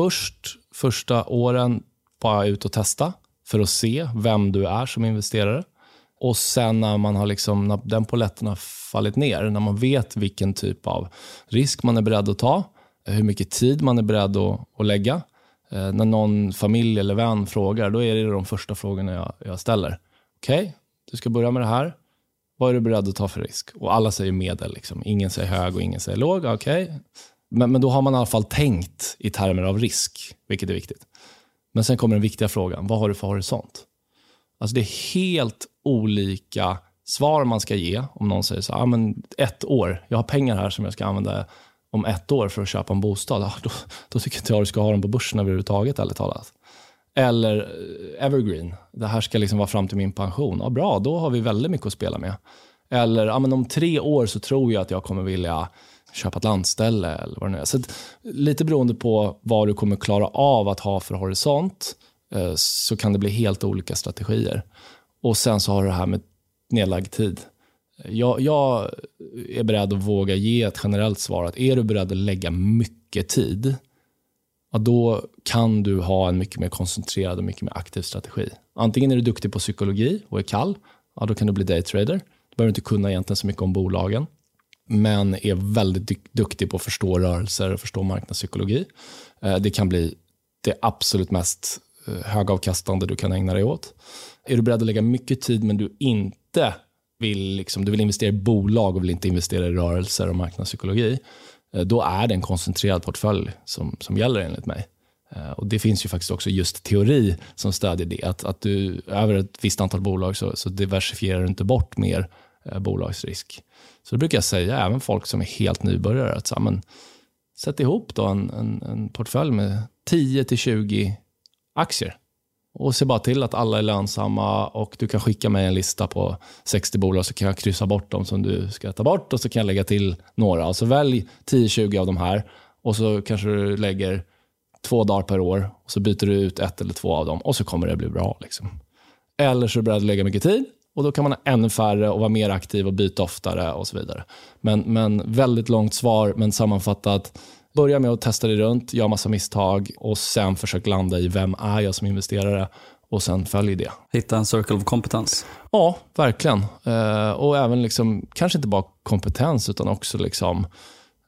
första åren bara ut och testa för att se vem du är som investerare. Och sen när man har liksom, när den polletten har fallit ner, när man vet vilken typ av risk man är beredd att ta, hur mycket tid man är beredd att lägga. När någon familj eller vän frågar, då är det de första frågorna jag ställer. Okej, du ska börja med det här. Vad är du beredd att ta för risk? Och alla säger medel. Liksom. Ingen säger hög och ingen säger låg. Okej. Men då har man i alla fall tänkt i termer av risk, vilket är viktigt. Men sen kommer den viktiga frågan. Vad har du för horisont? Alltså det är helt olika svar man ska ge om någon säger så här, men 1 år, jag har pengar här som jag ska använda om 1 år för att köpa en bostad. Då tycker inte jag att du ska ha dem på börsen överhuvudtaget, ärligt talat. Eller evergreen, det här ska liksom vara fram till min pension. Ja, bra, då har vi väldigt mycket att spela med. Eller men om 3 år så tror jag att jag kommer vilja köpa ett landställe eller vad det nu är. Så lite beroende på vad du kommer klara av att ha för horisont så kan det bli helt olika strategier. Och sen så har du det här med nedlagd tid. Jag är beredd att våga ge ett generellt svar att är du beredd att lägga mycket tid, ja, då kan du ha en mycket mer koncentrerad och mycket mer aktiv strategi. Antingen är du duktig på psykologi och är kall, ja, då kan du bli daytrader. Du behöver inte kunna egentligen så mycket om bolagen, men är väldigt duktig på att förstå rörelser och förstå marknadspsykologi. Det kan bli det absolut mest högavkastande du kan ägna dig åt. Är du beredd att lägga mycket tid men du inte vill, du vill investera i bolag och vill inte investera i rörelser och marknadspsykologi, då är det en koncentrerad portfölj som gäller enligt mig. Och det finns ju faktiskt också just teori som stödjer det. Att du över ett visst antal bolag så diversifierar du inte bort mer bolagsrisk. Så det brukar jag säga även folk som är helt nybörjare att sätt ihop då en portfölj med 10-20 aktier. Och se bara till att alla är lönsamma och du kan skicka mig en lista på 60 bolag så kan jag kryssa bort dem som du ska ta bort och så kan jag lägga till några. Alltså välj 10-20 av de här och så kanske du lägger 2 dagar per år och så byter du ut 1 eller 2 av dem och så kommer det bli bra. Eller så är du beredd att lägga mycket tid och då kan man ha ännu färre och vara mer aktiv och byta oftare och så vidare. Men väldigt långt svar, men sammanfattat. Börja med att testa dig runt, göra massa misstag och sen försök landa i vem är jag som investerare och sen följ det. Hitta en circle of competence. Ja, verkligen. Och även kanske inte bara kompetens utan också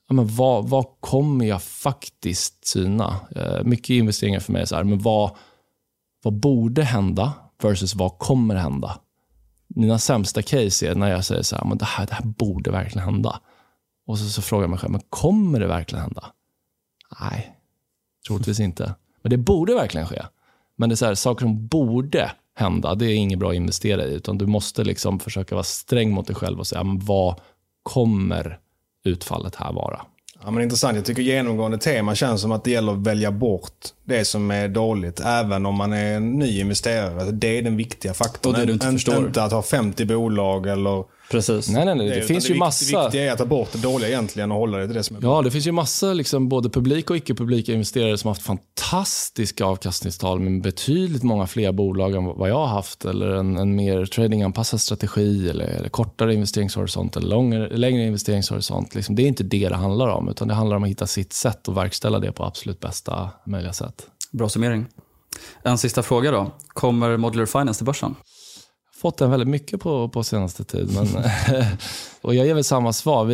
men vad kommer jag faktiskt syna? Mycket investeringar för mig är så här, men vad borde hända versus vad kommer hända? Mina sämsta case är när jag säger så här, men det här borde verkligen hända. Och så frågar jag mig själv, men kommer det verkligen hända? Nej, troligtvis inte. Men det borde verkligen ske. Men det är så här, saker som borde hända, det är inget bra att investera i. Utan du måste liksom försöka vara sträng mot dig själv och säga, men vad kommer utfallet här vara? Ja, men intressant. Jag tycker genomgående tema känns som att det gäller att välja bort det som är dåligt, även om man är en ny investerare. Det är den viktiga faktorn. Och det du inte förstår. Inte att ha 50 bolag eller... Precis. Nej. Det finns ju massa... Det viktiga är att ta bort det dåliga egentligen och hålla det till det som är bra. Ja, det finns ju massa liksom, både publik och icke-publika investerare som har haft fantastiska avkastningstal med betydligt många fler bolag än vad jag har haft. Eller en mer tradinganpassad strategi eller kortare investeringshorisont eller längre investeringshorisont. Liksom, det är inte det handlar om, utan det handlar om att hitta sitt sätt och verkställa det på absolut bästa möjliga sätt. Bra summering. En sista fråga då. Kommer Modular Finance till börsen? Fått den väldigt mycket på senaste tid. Men och jag ger väl samma svar.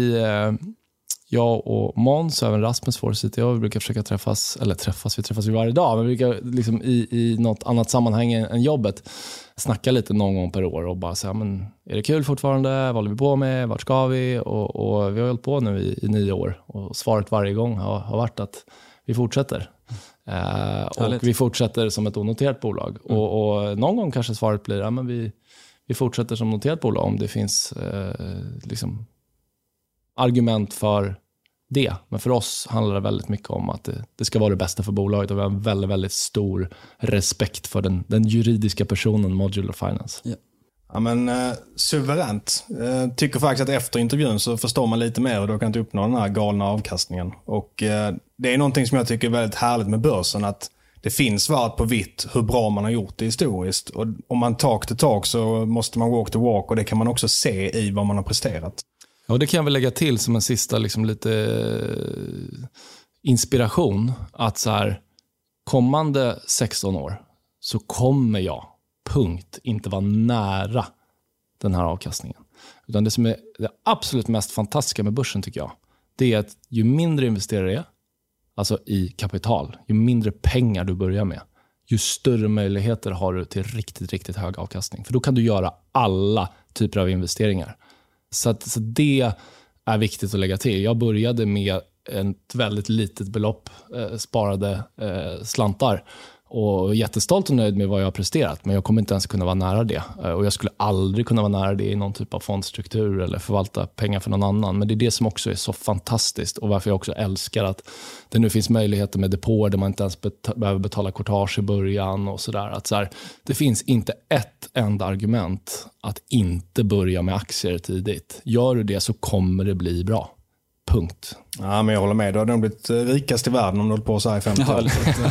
Jag och Måns och även Rasmus CTO, vi brukar försöka vi träffas ju varje dag, men vi brukar liksom i något annat sammanhang än jobbet snacka lite någon gång per år och bara säga, men är det kul fortfarande? Vad håller vi på med? Vart ska vi? Och vi har hållit på nu i 9 år och svaret varje gång har varit att vi fortsätter. Och vi fortsätter som ett onoterat bolag. Och någon gång kanske svaret blir, ja, men vi fortsätter som noterat bolag om det finns liksom argument för det. Men för oss handlar det väldigt mycket om att det ska vara det bästa för bolaget, och vi har en väldigt, väldigt stor respekt för den juridiska personen Modular Finance. Ja. Ja, men suveränt. Tycker faktiskt att efter intervjun så förstår man lite mer och då kan inte uppnå den här galna avkastningen. Och det är någonting som jag tycker är väldigt härligt med börsen, att det finns svart på vitt hur bra man har gjort det historiskt. Och om man talk to talk så måste man walk to walk, och det kan man också se i vad man har presterat. Ja, det kan jag väl lägga till som en sista liksom lite inspiration, att så här, kommande 16 år så kommer jag inte vara nära den här avkastningen. Utan det som är det absolut mest fantastiska med börsen, tycker jag, det är att ju mindre investerare är, alltså i kapital, ju mindre pengar du börjar med, ju större möjligheter har du till riktigt, riktigt hög avkastning. För då kan du göra alla typer av investeringar. Så det är viktigt att lägga till. Jag började med ett väldigt litet belopp sparade slantar. Och jättestolt och nöjd med vad jag har presterat. Men jag kommer inte ens kunna vara nära det. Och jag skulle aldrig kunna vara nära det i någon typ av fondstruktur eller förvalta pengar för någon annan. Men det är det som också är så fantastiskt. Och varför jag också älskar att det nu finns möjligheter med depåer där man inte ens behöver betala courtage i början. Och sådär. Att så här, det finns inte ett enda argument att inte börja med aktier tidigt. Gör du det så kommer det bli bra. Punkt. Ja, men jag håller med. Då hade de blivit rikast i världen om du hållit på så här i 50 år.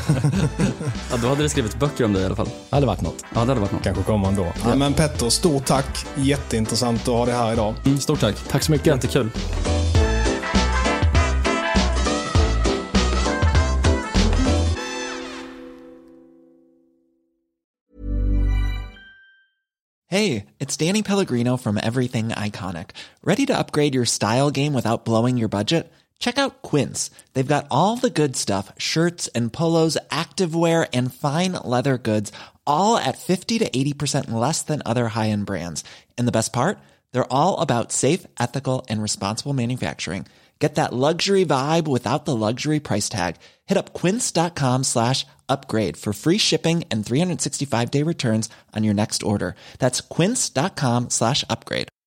Ja, då hade det skrivit böcker om det i alla fall. Det hade varit något. Ja, det hade varit något. Kanske kommer ändå. Ja, men Petter, stort tack. Jätteintressant att ha det här idag. Stort tack. Tack så mycket. Jättekul. Hey, it's Danny Pellegrino from Everything Iconic. Ready to upgrade your style game without blowing your budget? Check out Quince. They've got all the good stuff, shirts and polos, activewear and fine leather goods, all at 50 to 80% less than other high-end brands. And the best part? They're all about safe, ethical and responsible manufacturing. Get that luxury vibe without the luxury price tag. Hit up quince.com/upgrade for free shipping and 365-day returns on your next order. That's quince.com/upgrade.